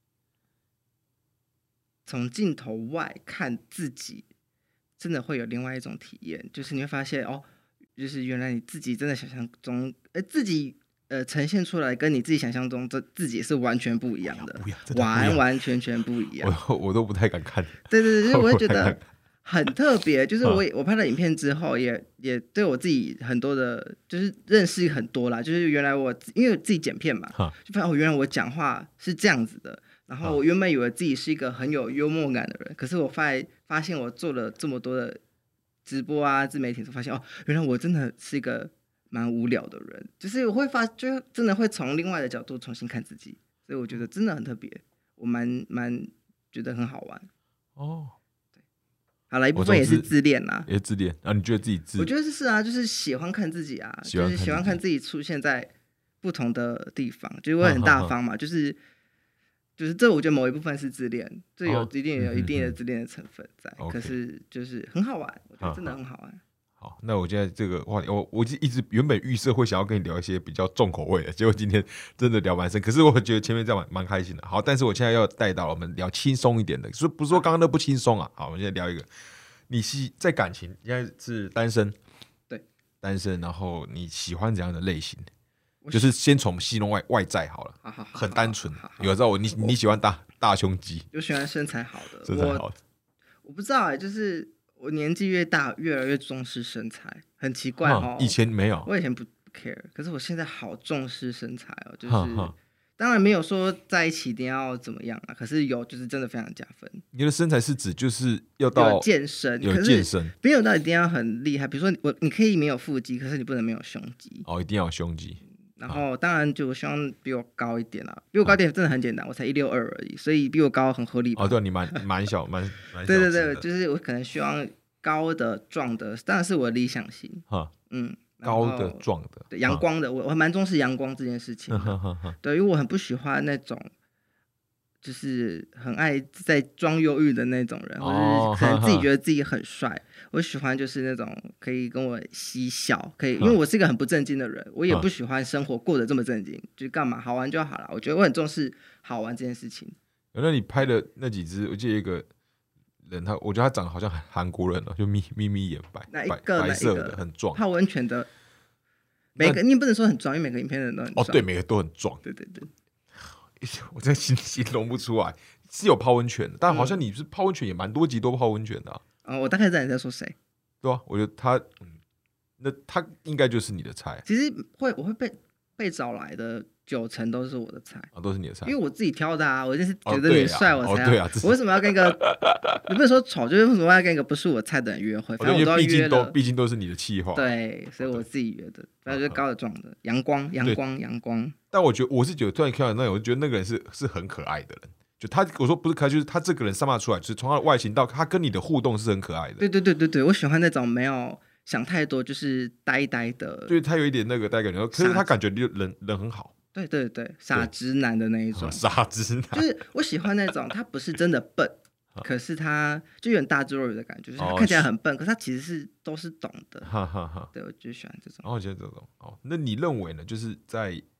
从镜头外看自己，真的会有另外一种体验，就是你会发现哦。就是原来你自己真的想象中，呃，自己呃呈现出来跟你自己想象中这自己是完全不一样的， 不一样，真的不一样， 完完全全不一样。 我我都不太敢看。 对对对，就是我会觉得很特别。就是我我拍了影片之后也，也也对我自己很多的，就是认识很多啦。就是原来我因为我自己剪片嘛，就发现哦，原来我讲话是这样子的。然后我原本以为自己是一个很有幽默感的人，可是我发发现我做了这么多的。直播啊，自媒体，就发现哦，原来我真的是一个蛮无聊的人，就是我会发，就真的会从另外的角度重新看自己，所以我觉得真的很特别，我蛮蛮觉得很好玩哦。对，好了，一部分也是自恋啦， 也是自恋啊？你觉得自己自？ 我觉得是啊，就是喜欢看自己啊，就是喜欢看自己出现在不同的地方，就是会很大方嘛，就是。就是这，我觉得某一部分是自恋，这有一定有一定的自恋的成分在，哦嗯、可是就是很好玩，我觉得真的很好玩。 好，那我现在这个话，我我一直原本预设会想要跟你聊一些比较重口味的，结果今天真的聊蛮深。可是我觉得前面这样蛮开心的。好，但是我现在要带到我们聊轻松一点的，所以不是说刚刚那不轻松啊。好，我们现在聊一个，你是在感情现在是单身， 对， 单身，然后你喜欢怎样的类型？就是先从戏弄 外, 外在好了， 好好好很单纯。有知道我你你喜欢大大胸肌， 就喜欢身材好的， 身材好的。 我, 我不知道哎、欸，就是我年纪越大，越来越重视身材，很奇怪哦。 以前没有， 我以前不 care， 可是我现在好重视身材哦。就是当然没有说在一起一定要怎么样啊，可是有就是真的非常加分。 你的身材是指就是要到有健身， 有健身， 没有到一定要很厉害。比如说我你可以没有腹肌，可是你不能没有胸肌哦，一定要有胸肌。 然后当然就希望比我高一点啦，比我高一点真的很简单，我才一六二而已，所以比我高很合理吧。 哦，对，你蛮蛮小蛮蛮小。 对对对，就是我可能希望高的壮的，当然是我的理想型。嗯， 高的壮的， 对阳光的，我我还蛮重视阳光这件事情的。对，因为我很不喜欢那种。就是很爱在装忧郁的那种人，或者可能自己觉得自己很帅。我喜欢就是那种可以跟我嬉笑，可以，因为我是一个很不正经的人，我也不喜欢生活过得这么正经，就干嘛好玩就好了。我觉得我很重视好玩这件事情。 那你拍的那几支，我记得一个人，他我觉得他长得好像韩国人哦，就眯眯眯眼白， 哪一个白色的很壮， 泡温泉的。每个你不能说很壮，因为每个影片的人都很壮。 哦，对，每个都很壮。 对对对。 我真的形形容不出来，是有泡温泉的，但好像你是泡温泉也蛮多集都泡温泉的啊。 嗯、哦，我大概知道你在说谁。 对啊，我觉得他，嗯，那他应该就是你的菜。 其实会我会被被找来的九成都是我的菜啊，都是你的菜， 因为我自己挑的啊，我就是觉得你帅我才要。 哦对啊， 我为什么要跟一个你不是说丑，就是为什么要跟一个不是我菜的人约会？反正我都要约了， 毕竟都是你的企划。 对，所以我自己约的，反正就是高的壮的，阳光阳光阳光。 但我觉得我是觉得突然看到那，我就觉得那个人是是很可爱的人。就他，我说不是可爱，就是他这个人散发出来，就是从他的外形到他跟你的互动是很可爱的。 对对对对对，我喜欢那种没有想太多，就是呆呆的。 就是他有一点那个呆感觉，可是他感觉人人很好。 对对对，傻直男的那一种。 傻直男， 就是我喜欢那种他不是真的笨，可是他就有点大智若愚的感觉，就是他看起来很笨，可是他其实是都是懂的。 哈哈哈。 对，我就喜欢这种。 哦，我觉得这种哦，那你认为呢？就是在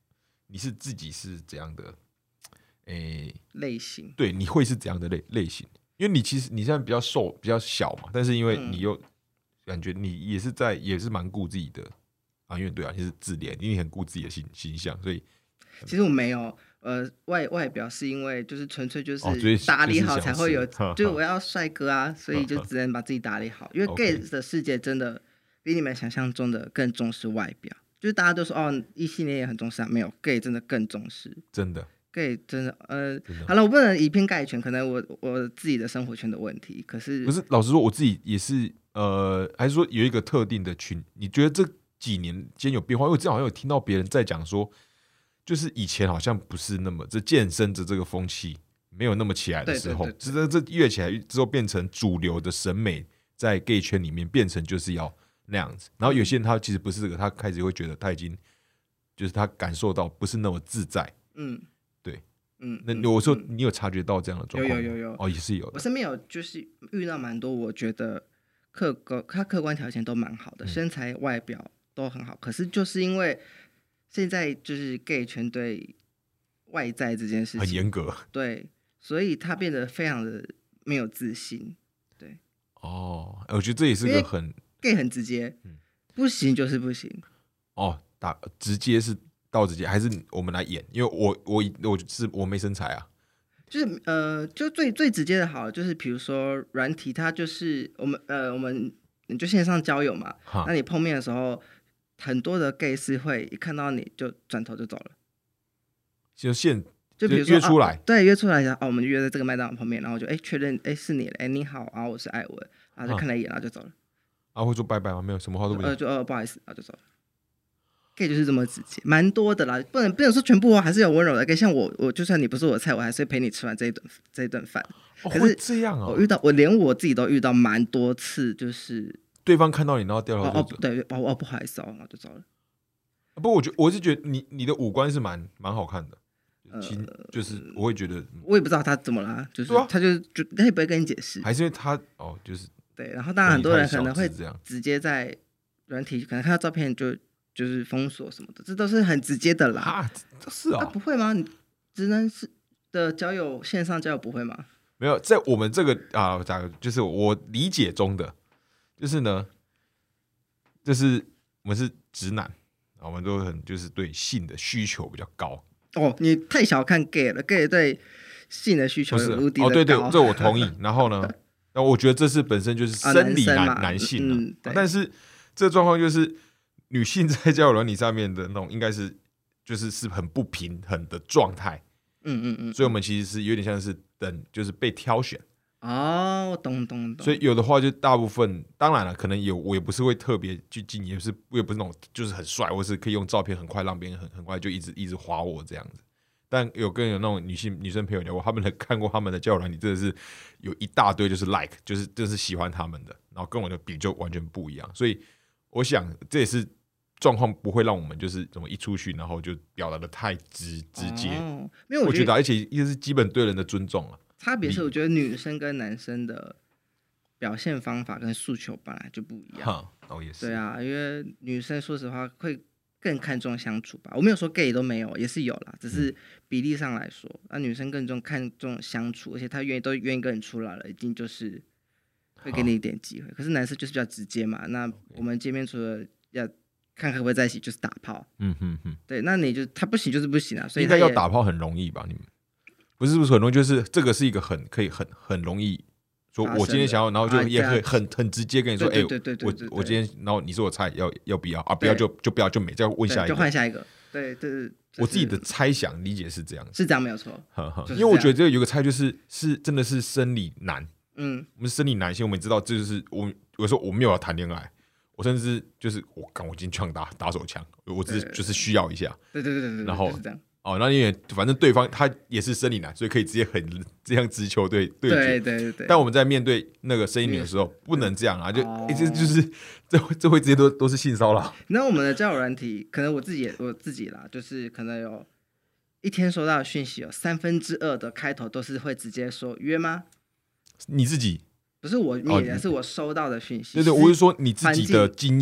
你是自己是怎样的诶类型？ 对，你会是怎样的类类型？因为你其实你现在比较瘦比较小嘛，但是因为你又感觉你也是在也是蛮顾自己的啊，因为对啊，你是自恋，因为你很顾自己的形形象，所以其实我没有。呃，外外表是因为就是纯粹就是打理好才会有， 哦、 就是我要帅哥啊，所以就只能把自己打理好。因为 gay 的世界真的比你们想象中的更重视外表，就是大家都说哦，异性恋也很重视啊，没有 gay 真的更重视， 真的 gay 真的呃，好了，我不能以偏概全，可能我我自己的生活圈的问题，可是不是老实说，我自己也是呃，还是说有一个特定的群，你觉得这几年间有变化？因为我之前好像有听到别人在讲说。就是以前好像不是那么，这健身的这个风气没有那么起来的时候，这这越起来之后变成主流的审美，在 gay 圈里面变成就是要那样子。然后有些人他其实不是这个，他开始会觉得他已经就是他感受到不是那么自在。嗯，对，嗯。那我说你有察觉到这样的状况吗？ 有有有有， 哦，也是有的。 我身边有就是遇到蛮多，我觉得客观他客观条件都蛮好的，嗯、身材外表都很好，可是就是因为。现在就是 gay 圈对外在这件事情很严格， 对，所以他变得非常的没有自信，对。 哦，我觉得这也是个很 gay 很直接，嗯、不行就是不行。 哦，打直接是到直接，还是我们来演？因为我我我是我没身材啊， 就是呃，就最最直接的好，就是比如说软体，它就是我们呃我们你就线上交友嘛，那你碰面的时候。很多的 gay 是会一看到你就转头就走了， 就现就比如说约出来， 啊、对，约出来一下哦，我们约在这个麦当劳旁边，然后就哎确认哎是你，哎你好，然后我是艾文，然后就看了一眼，然后就走了。 啊，会说拜拜吗？没有，什么话都不讲。 呃，就呃不好意思，然后就走了。gay 就是这么直接，蛮多的啦，不能不能说全部哦，还是有温柔的 gay。像我，我就算你不是我的菜，我还是会陪你吃完这一顿这一顿饭。 哦， 可是这样啊、 哦，我遇到我连我自己都遇到蛮多次，就是对方看到你然后掉头就走。哦，对，哦哦不好意思哦，然后就走了。 不过我觉我是觉得你你的五官是蛮蛮好看的，呃，就是我会觉得， 我也不知道他怎么啦，就是、啊、他就就他也不会跟你解释， 还是因为他哦就是对，然后当然很多人可能会直接在软体可能看到照片就就是封锁什么的，这都是很直接的啦。 啊，这是啊， 啊不会吗？你直男是的交友线上交友不会吗？ 没有，在我们这个啊，咋个就是我理解中的，就是呢，就是我们是直男。我们都很就是对性的需求比较高哦，你太小看 gay 了 ，gay 对性的需求有无敌的高。 哦，对对，这我同意。然后呢，那我觉得这是本身就是生理男、 啊、男, 男性啊、 嗯嗯、 但是这状况就是女性在交友软体上面的那种，应该是就是是很不平衡的状态。 嗯嗯嗯， 所以我们其实是有点像是等，就是被挑选。 哦，懂懂懂。 所以有的话，就大部分，当然了，可能有我也不是会特别去经营，也是我也不是那种就是很帅，或是可以用照片很快让别人很很快就一直一直滑我这样子。但有跟有那种女性女生朋友聊过，他们看过他们的交友软体，真的是有一大堆就是 like， 就是就是喜欢他们的，然后跟我的比就完全不一样。所以我想这也是状况不会让我们就是怎么一出去，然后就表达的太直直接。 哦，因为我觉得，而且一个是基本对人的尊重啊。 差别是，我觉得女生跟男生的表现方法跟诉求本来就不一样。 哦，也是。 对啊，因为女生说实话会更看重相处吧。我没有说 gay 都没有，也是有啦，只是比例上来说，那、嗯啊、女生更重看重相处，而且她愿意都愿意跟你出来了，一定就是会给你一点机会。可是男生就是比较直接嘛。那我们见面除了要看可不可以在一起，就是打炮。嗯哼哼。对，那你就他不行就是不行啊。所以应该要打炮很容易吧？你们？不是不是很容易，就是这个是一个很可以很很容易说，我今天想要，然后就也可以很很直接跟你说，哎，我我今天，然后你说我菜要要不要啊？不要就就不要就没，再问下一个， 就换下一个。对对、就是， 我自己的猜想理解是这样， 是这样没有错。 因为我觉得这个有个猜就是是真的是生理男，嗯，我们是生理男性，我们也知道这就是我有时候我没有要谈恋爱，我甚至就是我刚我今天就想打打手枪，我只是就是需要一下， 对对对对对， 然后就是这样。 哦，那因为反正对方他也是生理男，所以可以直接很这样直球对对决。 对对对。 但我们在面对那个生理女的时候，不能这样啊，就一直、哦欸、就是这这会直接都都是性骚扰。 那我们的交友软体，可能我自己也我自己啦，就是可能有一天收到的讯息有三分之二的开头都是会直接说约吗？ 你自己？ 不是我灭的、哦，是我收到的讯息。 对对，我是说你自己的经验。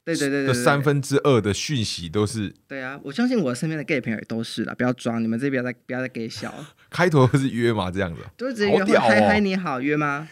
对对对对的三分之二的讯息都是。 对啊，我相信我身边的 gay 朋友也都是啦，不要装，你们这边不要再不要再 gay 笑。 开头是约嘛这样子， 就直接约会，嗨嗨你好，约吗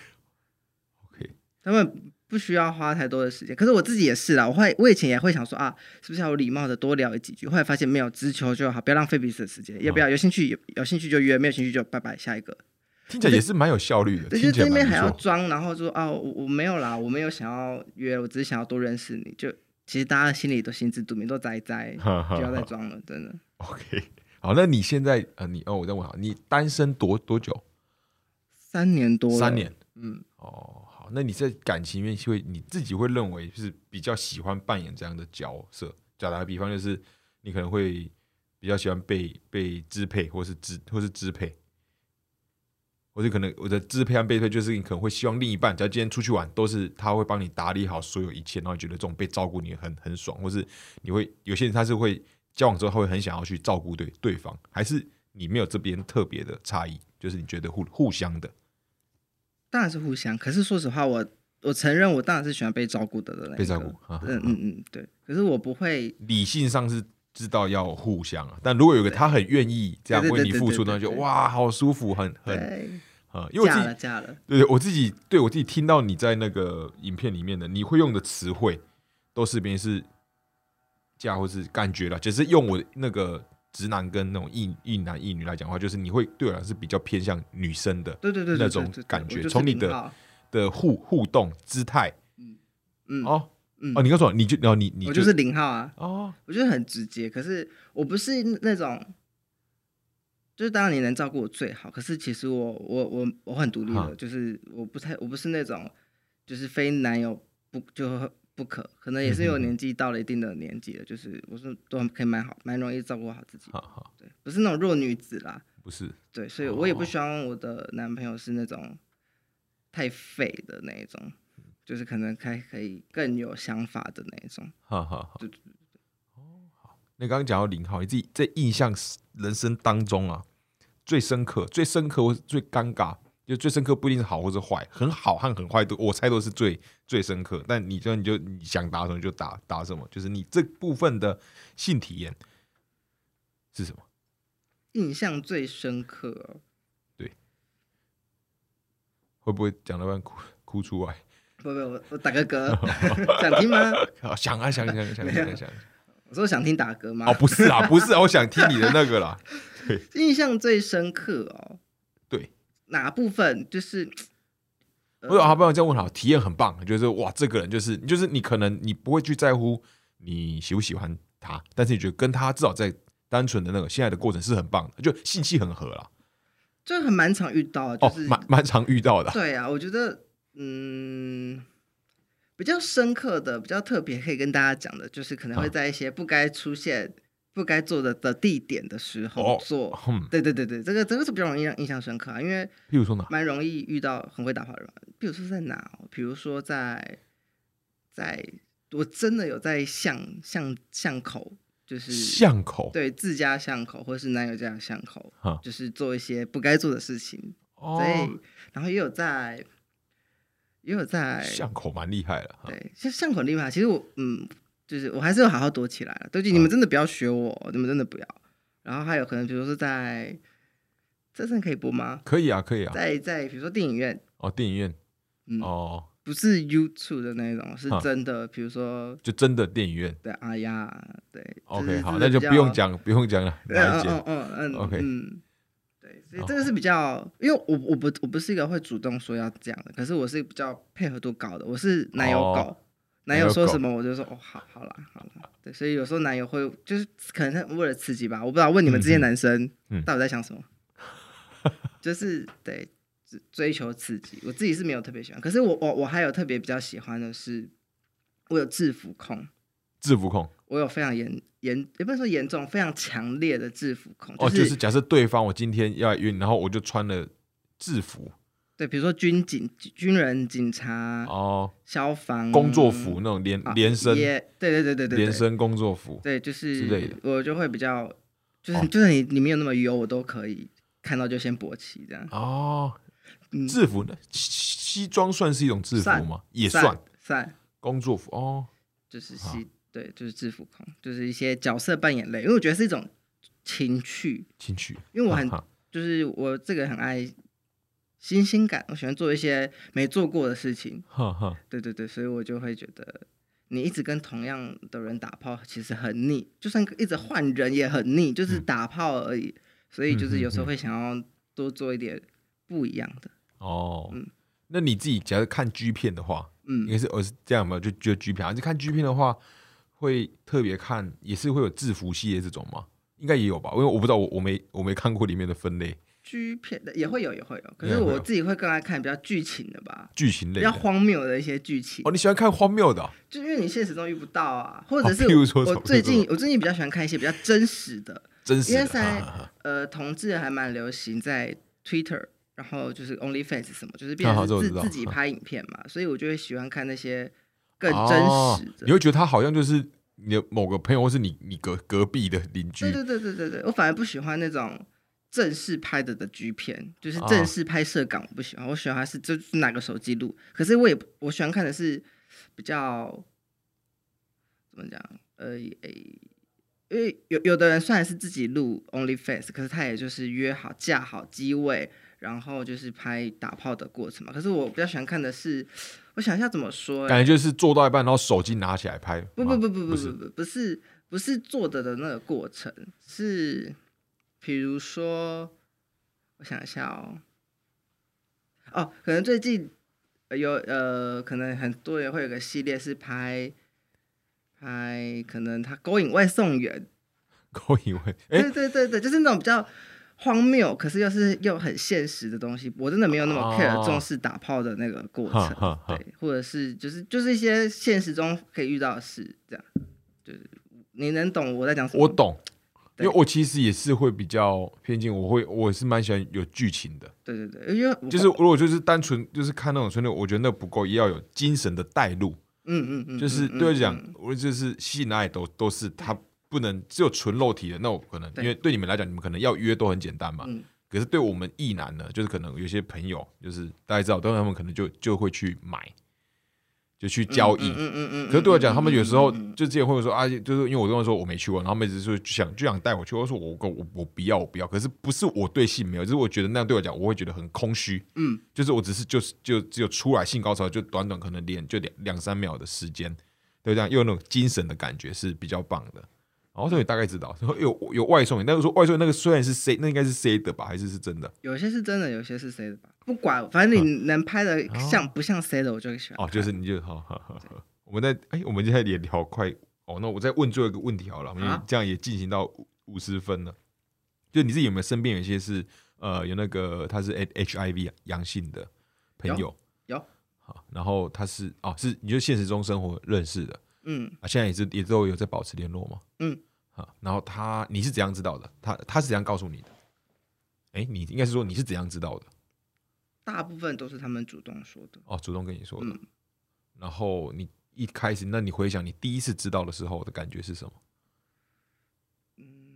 ？OK， 他们不需要花太多的时间，可是我自己也是啦，我会我以前也会想说啊，是不是要有礼貌的多聊几句，后来发现没有，直球就好，不要浪费彼此的时间，要不要有兴趣有有兴趣就约，没有兴趣就拜拜，下一个。 听起来也是蛮有效率的， 对，就这边还要装，然后说啊，我我没有啦，我没有想要约，我只是想要多认识你。就其实大家心里都心知肚明，都栽栽，不要再装了，真的。 OK， 好，那你现在呃，你哦，我再问好，你单身多多久？ 三年多了。 三年， 嗯， 哦，好，那你在感情里面会你自己会认为是比较喜欢扮演这样的角色？假打个比方，就是你可能会比较喜欢被被支配，或是支或是支配。或者可能我的支配和被推，就是你可能会希望另一半，只要今天出去玩，都是他会帮你打理好所有一切，然后你觉得这种被照顾你很很爽，或是你会有些人他是会交往之后，他会很想要去照顾对对方，还是你没有这边特别的差异，就是你觉得互互相的？ 当然是互相，可是说实话，我我承认我当然是喜欢被照顾的那一个， 被照顾， 嗯嗯嗯，对。可是我不会理性上是知道要互相啊，但如果有个他很愿意这样为你付出，那就哇，好舒服，很很。呃、因为我自己嫁了嫁了， 对我自己对我自己听到你在那个影片里面的，你会用的词汇都是别人是嫁或是感觉啦，就是用我那个直男跟那种异异男异女来讲话，就是你会对我来讲是比较偏向女生的， 对对对那种感觉，从你的的互互动姿态，嗯嗯哦嗯哦，你告诉我，你就然后你你我就是零号啊， 哦， 我觉得很直接，可是我不是那种。就是当然你能照顾我最好，可是其实我我我我很独立的，就是我不太我不是那种就是非男友不就不可，可能也是因为我年纪到了一定的年纪了，就是我说都可以蛮好蛮容易照顾好自己， 好好对，不是那种弱女子啦， 不是， 对，所以我也不希望我的男朋友是那种太废的那一种，就是可能还可以更有想法的那一种， 好好好， 对对对对， 哦好，那刚刚讲到零号，你自己在印象人生当中啊。最深刻、最深刻或最尴尬，就最深刻不一定是好或是坏，很好和很坏都我猜都是最最深刻。但你就你就你想打什么就打打什么，就是你这部分的性体验是什么？ 印象最深刻、哦， 对，会不会讲到半哭哭出来？ 不不，我我打个嗝，想听吗？ 想啊想想想想想。 我说想听打嗝吗？ 哦，不是啊，不是啊，我想听你的那个啦。对， 印象最深刻哦。 对， 哪部分就是？ 呃、我好，不然这样问好，体验很棒，就是哇，这个人就是就是你可能你不会去在乎你喜不喜欢他，但是你觉得跟他至少在单纯的那个现在的过程是很棒的，就性气很合啦。 就很蛮常遇到的，就是蛮蛮、哦、常遇到的、啊。 对啊，我觉得嗯。比较深刻的、比较特别可以跟大家讲的，就是可能会在一些不该出现、啊、不该做的的地点的时候做。哦嗯、对对对对，这个这个是比较容易让印象深刻啊，因为譬如说哪， 蛮容易遇到很会打炮的人。比如说在哪？比如说在在，我真的有在巷巷巷口，就是巷口， 对自家巷口，或是男友家的巷口， 啊、 就是做一些不该做的事情。哦，对，然后也有在。也有在巷口蛮厉害了， 对，像巷口厉害。其实我嗯，就是我还是有好好躲起来了。对，你们真的不要学我，嗯、你们真的不要。然后还有可能，比如说在，这真的可以播吗？ 可以啊，可以啊。 在在比如说电影院哦，电影院， 嗯哦， 不是 YouTube 的那种，是真的，比如说就真的电影院。 对，哎呀，对。 OK， 好，那就不用讲，不用讲了。 嗯嗯嗯嗯 ，OK，嗯。对，所以这个是比较，因为我我不我不是一个会主动说要这样的，可是我是比较配合度高的，我是男友狗，哦、男友说什么我就说哦好好啦好啦，对，所以有时候男友会就是可能他为了刺激吧，我不知道问你们这些男生到底在想什么，嗯嗯、就是对追求刺激，我自己是没有特别喜欢，可是我我我还有特别比较喜欢的是，我有制服控， 制服控。 我有非常严严，也不能说严重，非常强烈的制服控。 就是、哦，就是假设对方我今天要来约，然后我就穿了制服。 对，比如说军警、军人、警察、哦，消防、 工作服那种连连身， 对对对对对， 连身工作服， 对，就是之类的， 我就会比较，就是、哦、就算你你没有那么油，我都可以看到就先勃起这样。 哦，嗯、制服呢？西装算是一种制服吗？也算， 算工作服哦。 就是戏，对，就是制服控，就是一些角色扮演类，因为我觉得是一种情趣， 情趣， 因为我很哈哈就是我这个很爱新鲜感，我喜欢做一些没做过的事情， 哈哈对对对，所以我就会觉得你一直跟同样的人打炮，其实很腻，就算一直换人也很腻，就是打炮而已，所以就是有时候会想要多做一点不一样的。 哦，嗯，那你自己假如看 G 片的话， 嗯， 应该是我是这样嘛，就觉得 G 片，还是看 G 片的话，会特别看，也是会有制服系列这种吗？应该也有吧，因为我不知道我我没我没看过里面的分类。 G 片的也会有，也会有，可是我自己会更爱看比较剧情的吧， 剧情类比较荒谬的一些剧情。 哦，你喜欢看荒谬的、哦？ 就因为你现实中遇不到啊，或者是我,、 哦、我最近我最近比较喜欢看一些比较真实的， 真实的， 因为在呃同志还蛮流行在 Twitter， 然后就是 OnlyFans 什么，就是变成是 自, 自己拍影片嘛，所以我就会喜欢看那些更真实的。 哦、你会觉得他好像就是你的某个朋友，或是你你隔隔壁的邻居。 对对对对对对，我反而不喜欢那种正式拍的的 G 片，就是正式拍摄感，我不喜欢。我喜欢它是就是拿个手机录，可是我也我喜欢看的是比较怎么讲？呃，诶，因为有有的人虽然是自己录 OnlyFans， 可是他也就是约好架好机位，然后就是拍打炮的过程嘛。可是我比较喜欢看的是，我想一下怎么说、欸， 感觉就是做到一半，然后手机拿起来拍。 不不不不不不不不是不是做的的那个过程，是比如说，我想一下哦，哦，可能最近有呃，可能很多人会有个系列是拍。拍可能他勾引外送员， 勾引外， 对对对对，就是那种比较荒谬，可是又是又很现实的东西。我真的没有那么 care 重视打炮的那个过程，哦、对，或者是就是就是一些现实中可以遇到的事，这样，就是你能懂我在讲什么？ 我懂，因为我其实也是会比较偏见，我会我是蛮喜欢有剧情的。 对对对，因为就是如果就是单纯就是看那种纯的，我觉得那不够，也要有精神的带入。 嗯嗯嗯， 就是对我讲，我就是吸引爱都都是他不能只有纯肉体的，那我可能因为对你们来讲，你们可能要约都很简单嘛。嗯、可是对我们异男呢，就是可能有些朋友，就是大家知道，但他们可能就就会去买，就去交易。嗯嗯嗯嗯。可是对我讲，他们有时候就之前会说啊，就是因为我跟他说我没去过，然后他们一直说就想就想带我去，我说我我我不要我不要。可是不是我对性没有，就是我觉得那样对我讲，我会觉得很空虚。嗯，就是我只是就是就只有出来性高潮，就短短可能连就两两三秒的时间，对，这样又有那种精神的感觉是比较棒的。然后这你大概知道，有有外送员，但是说外送员那个虽然是 C， 那应该是 C 的吧，还是是真的？ 有些是真的，有些是 C 的吧。不管，反正你能拍的像不像 C 的，我就喜欢。 哦，就是你就好好好好。我们在哎、欸，我们现在也聊快哦，那我再问最后一个问题好了，因为这样也进行到五十分了。就你自己有没有身边有一些是呃有那个他是 H I V 阳性的朋友？ 有。有好，然后他是哦是你就现实中生活认识的，嗯啊，现在也是也都有在保持联络吗？嗯，好，然后他你是怎样知道的？他他是怎样告诉你的？哎、欸，你应该是说你是怎样知道的？ 大部分都是他们主动说的。 哦，主动跟你说的。嗯、然后你。一开始，那你回想你第一次知道的时候的感觉是什么？ 嗯，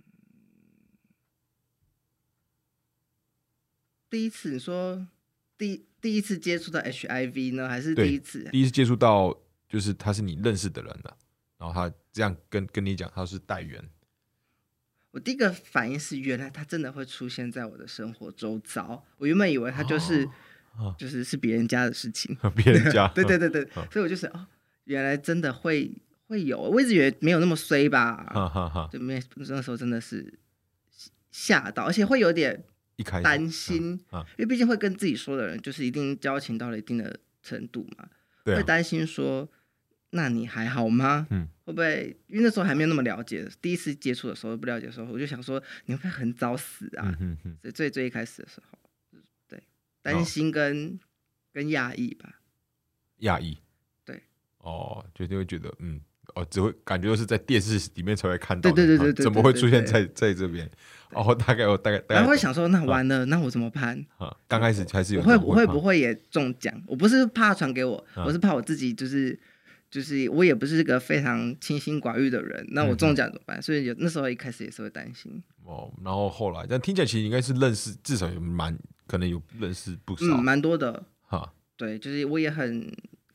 第一次你说第第一次接触到 H I V 呢，还是第一次？ 第一次接触到就是他是你认识的人了，然后他这样跟跟你讲他是代源。 我第一个反应是，原来他真的会出现在我的生活周遭。我原本以为他就是。哦就是是别人家的事情， 别人家， 对对对对，所以我就是哦，原来真的会会有，我一直以为没有那么衰吧，就没那时候真的是吓到，而且会有点担心，因为毕竟会跟自己说的人，就是一定交情到了一定的程度嘛， 对啊、 会担心说，那你还好吗？嗯，会不会因为那时候还没有那么了解，第一次接触的时候不了解的时候，我就想说，你会不会很早死啊？嗯哼哼，所以最最一开始的时候。担心跟、哦、跟讶异吧， 讶异， 对， 哦，就会觉得，嗯，哦，只会感觉是在电视里面才会看到的， 对对对对对， 怎么会出现在在这边？哦，大概我大概，大概然后会想说，那完了，嗯、那我怎么办？ 啊，刚开始还是有我会我会不会也中奖？我不是怕传给我，嗯、我是怕我自己，就是就是我也不是个非常清心寡欲的人，那我中奖怎么办？嗯、所以有那时候一开始也是会担心。 哦，然后后来，但听起来其实应该是认识，至少有蛮可能有认识不少， 嗯，蛮多的。 哈， 对，就是我也很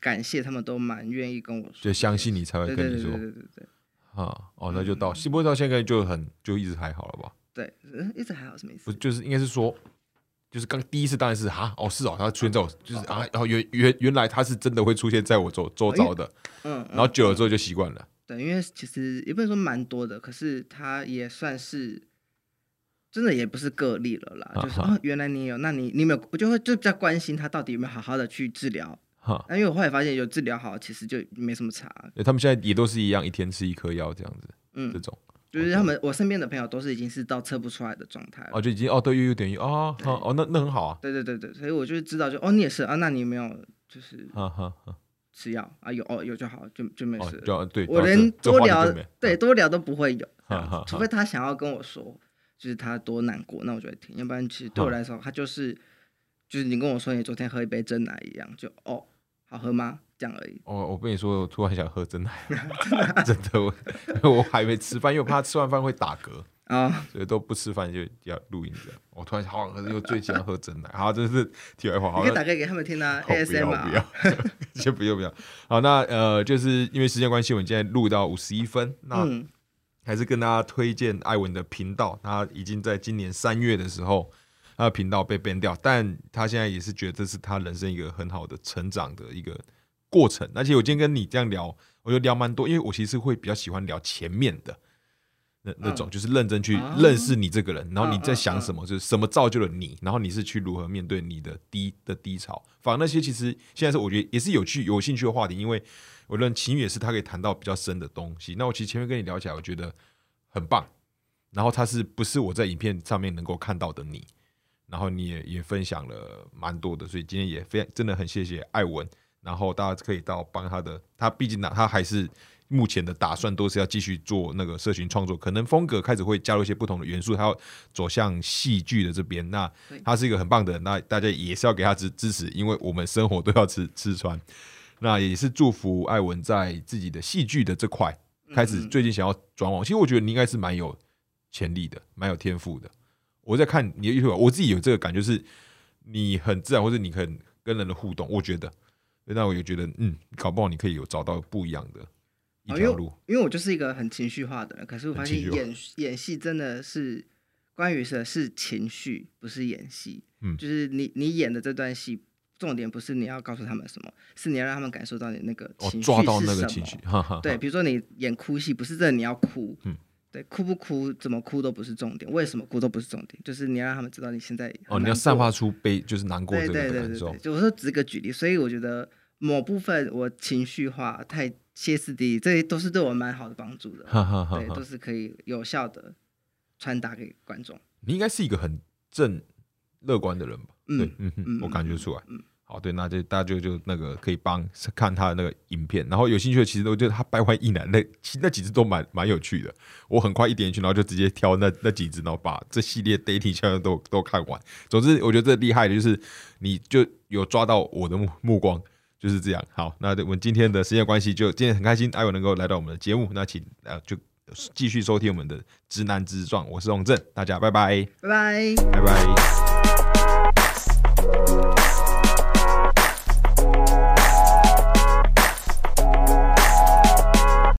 感谢，他们都蛮愿意跟我说， 就相信你才会跟你说。 对对对对对对。 啊，哦，那就到西波到现在就很就一直还好了吧？ 对，一直还好什么意思？ 不就是应该是说，就是刚第一次当然是哈哦是哦，他出现在我就是啊，然后原原原来他是真的会出现在我周周遭的， 嗯， 然后久了之后就习惯了。 对，因为其实也不能说蛮多的，可是他也算是真的也不是个例了啦。就是哦，原来你有，那你你有没有？我就会就比较关心他到底有没有好好的去治疗。那因为我后来发现有治疗好，其实就没什么差。 对，他们现在也都是一样，一天吃一颗药这样子，嗯，这种就是他们我身边的朋友都是已经是到测不出来的状态了。 哦，就已经哦，对，又有点哦，哦，那那很好啊。 对对对对，所以我就知道就哦，你也是啊，那你有没有就是吃药啊？有哦，有就好，就就没事。 就对， 我连多聊对多聊都不会有，除非他想要跟我说，就是他多难过，那我就会听。要不然其实对我来说，他就是就是你跟我说你昨天喝一杯真奶一样，就哦。好喝吗？这样而已。 哦，我跟你说，我突然想喝真奶，真的，我我还没吃饭，因为我怕吃完饭会打嗝啊， oh. 所以都不吃饭就要录音这样。我突然好想喝，又最喜欢喝真奶。好，这是题外话。 你可以打开给他们听啊 ，A S M R。 不要，不要，先不要不要。好，那呃，就是因为时间关系，我们现在录到五十一分，那、嗯、还是跟大家推荐艾文的频道，他已经在今年三月的时候。他的频道被 ban 掉，但他现在也是觉得这是他人生一个很好的成长的一个过程。而且我今天跟你这样聊，我就聊蛮多，因为我其实会比较喜欢聊前面的 那, 那种，就是认真去认识你这个人，然后你在想什么，就是什么造就了你，然后你是去如何面对你的低的低潮。反而那些其实现在是我觉得也是有趣有兴趣的话题，因为我认为情侣也是他可以谈到比较深的东西。那我其实前面跟你聊起来，我觉得很棒。然后他是不是我在影片上面能够看到的你？然后你 也, 也分享了蛮多的，所以今天也非常真的很谢谢艾文。然后大家可以到帮他的，他毕竟他还是目前的打算都是要继续做那个社群创作，可能风格开始会加入一些不同的元素，他要走向戏剧的这边。那他是一个很棒的人，那大家也是要给他支支持，因为我们生活都要吃吃穿。那也是祝福艾文在自己的戏剧的这块开始最近想要转往，其实我觉得你应该是蛮有潜力的，蛮有天赋的。我在看你的 YouTube， 我自己有这个感觉，是你很自然，或者你很跟人的互动，我觉得，那我也觉得，嗯，搞不好你可以有找到不一样的一条路、哦因。因为我就是一个很情绪化的人，可是我发现演演戏真的是关于的是情绪，不是演戏。嗯，就是你你演的这段戏，重点不是你要告诉他们什么，是你要让他们感受到你那个情绪是什么。哦、抓到那个情绪，哈哈哈。对，比如说你演哭戏，不是真的你要哭。嗯。对，哭不哭，怎么哭都不是重点，为什么哭都不是重点，就是你要让他们知道你现在哦，你要散发出悲，就是难过这个感受。对对对对对，我说只个举例，所以我觉得某部分我情绪化、太歇斯底里，这些都是对我蛮好的帮助的，对，都是可以有效的传达给观众。 你应该是一个很正乐观的人吧？嗯对嗯嗯，我感觉出来。嗯。好，对，那就大家就就那个可以帮看他的那个影片，然后有兴趣的其实都觉得他掰弯一男那那几支都蛮蛮有趣的，我很快一点进去，然后就直接挑那那几支，然后把这系列 dating 全部都都看完。总之，我觉得这厉害的就是你就有抓到我的目目光，就是这样。好，那我们今天的时间关系，就今天很开心，艾文能够来到我们的节目，那请呃就继续收听我们的直男直撞，我是洪正，大家拜拜， 拜拜， 拜拜。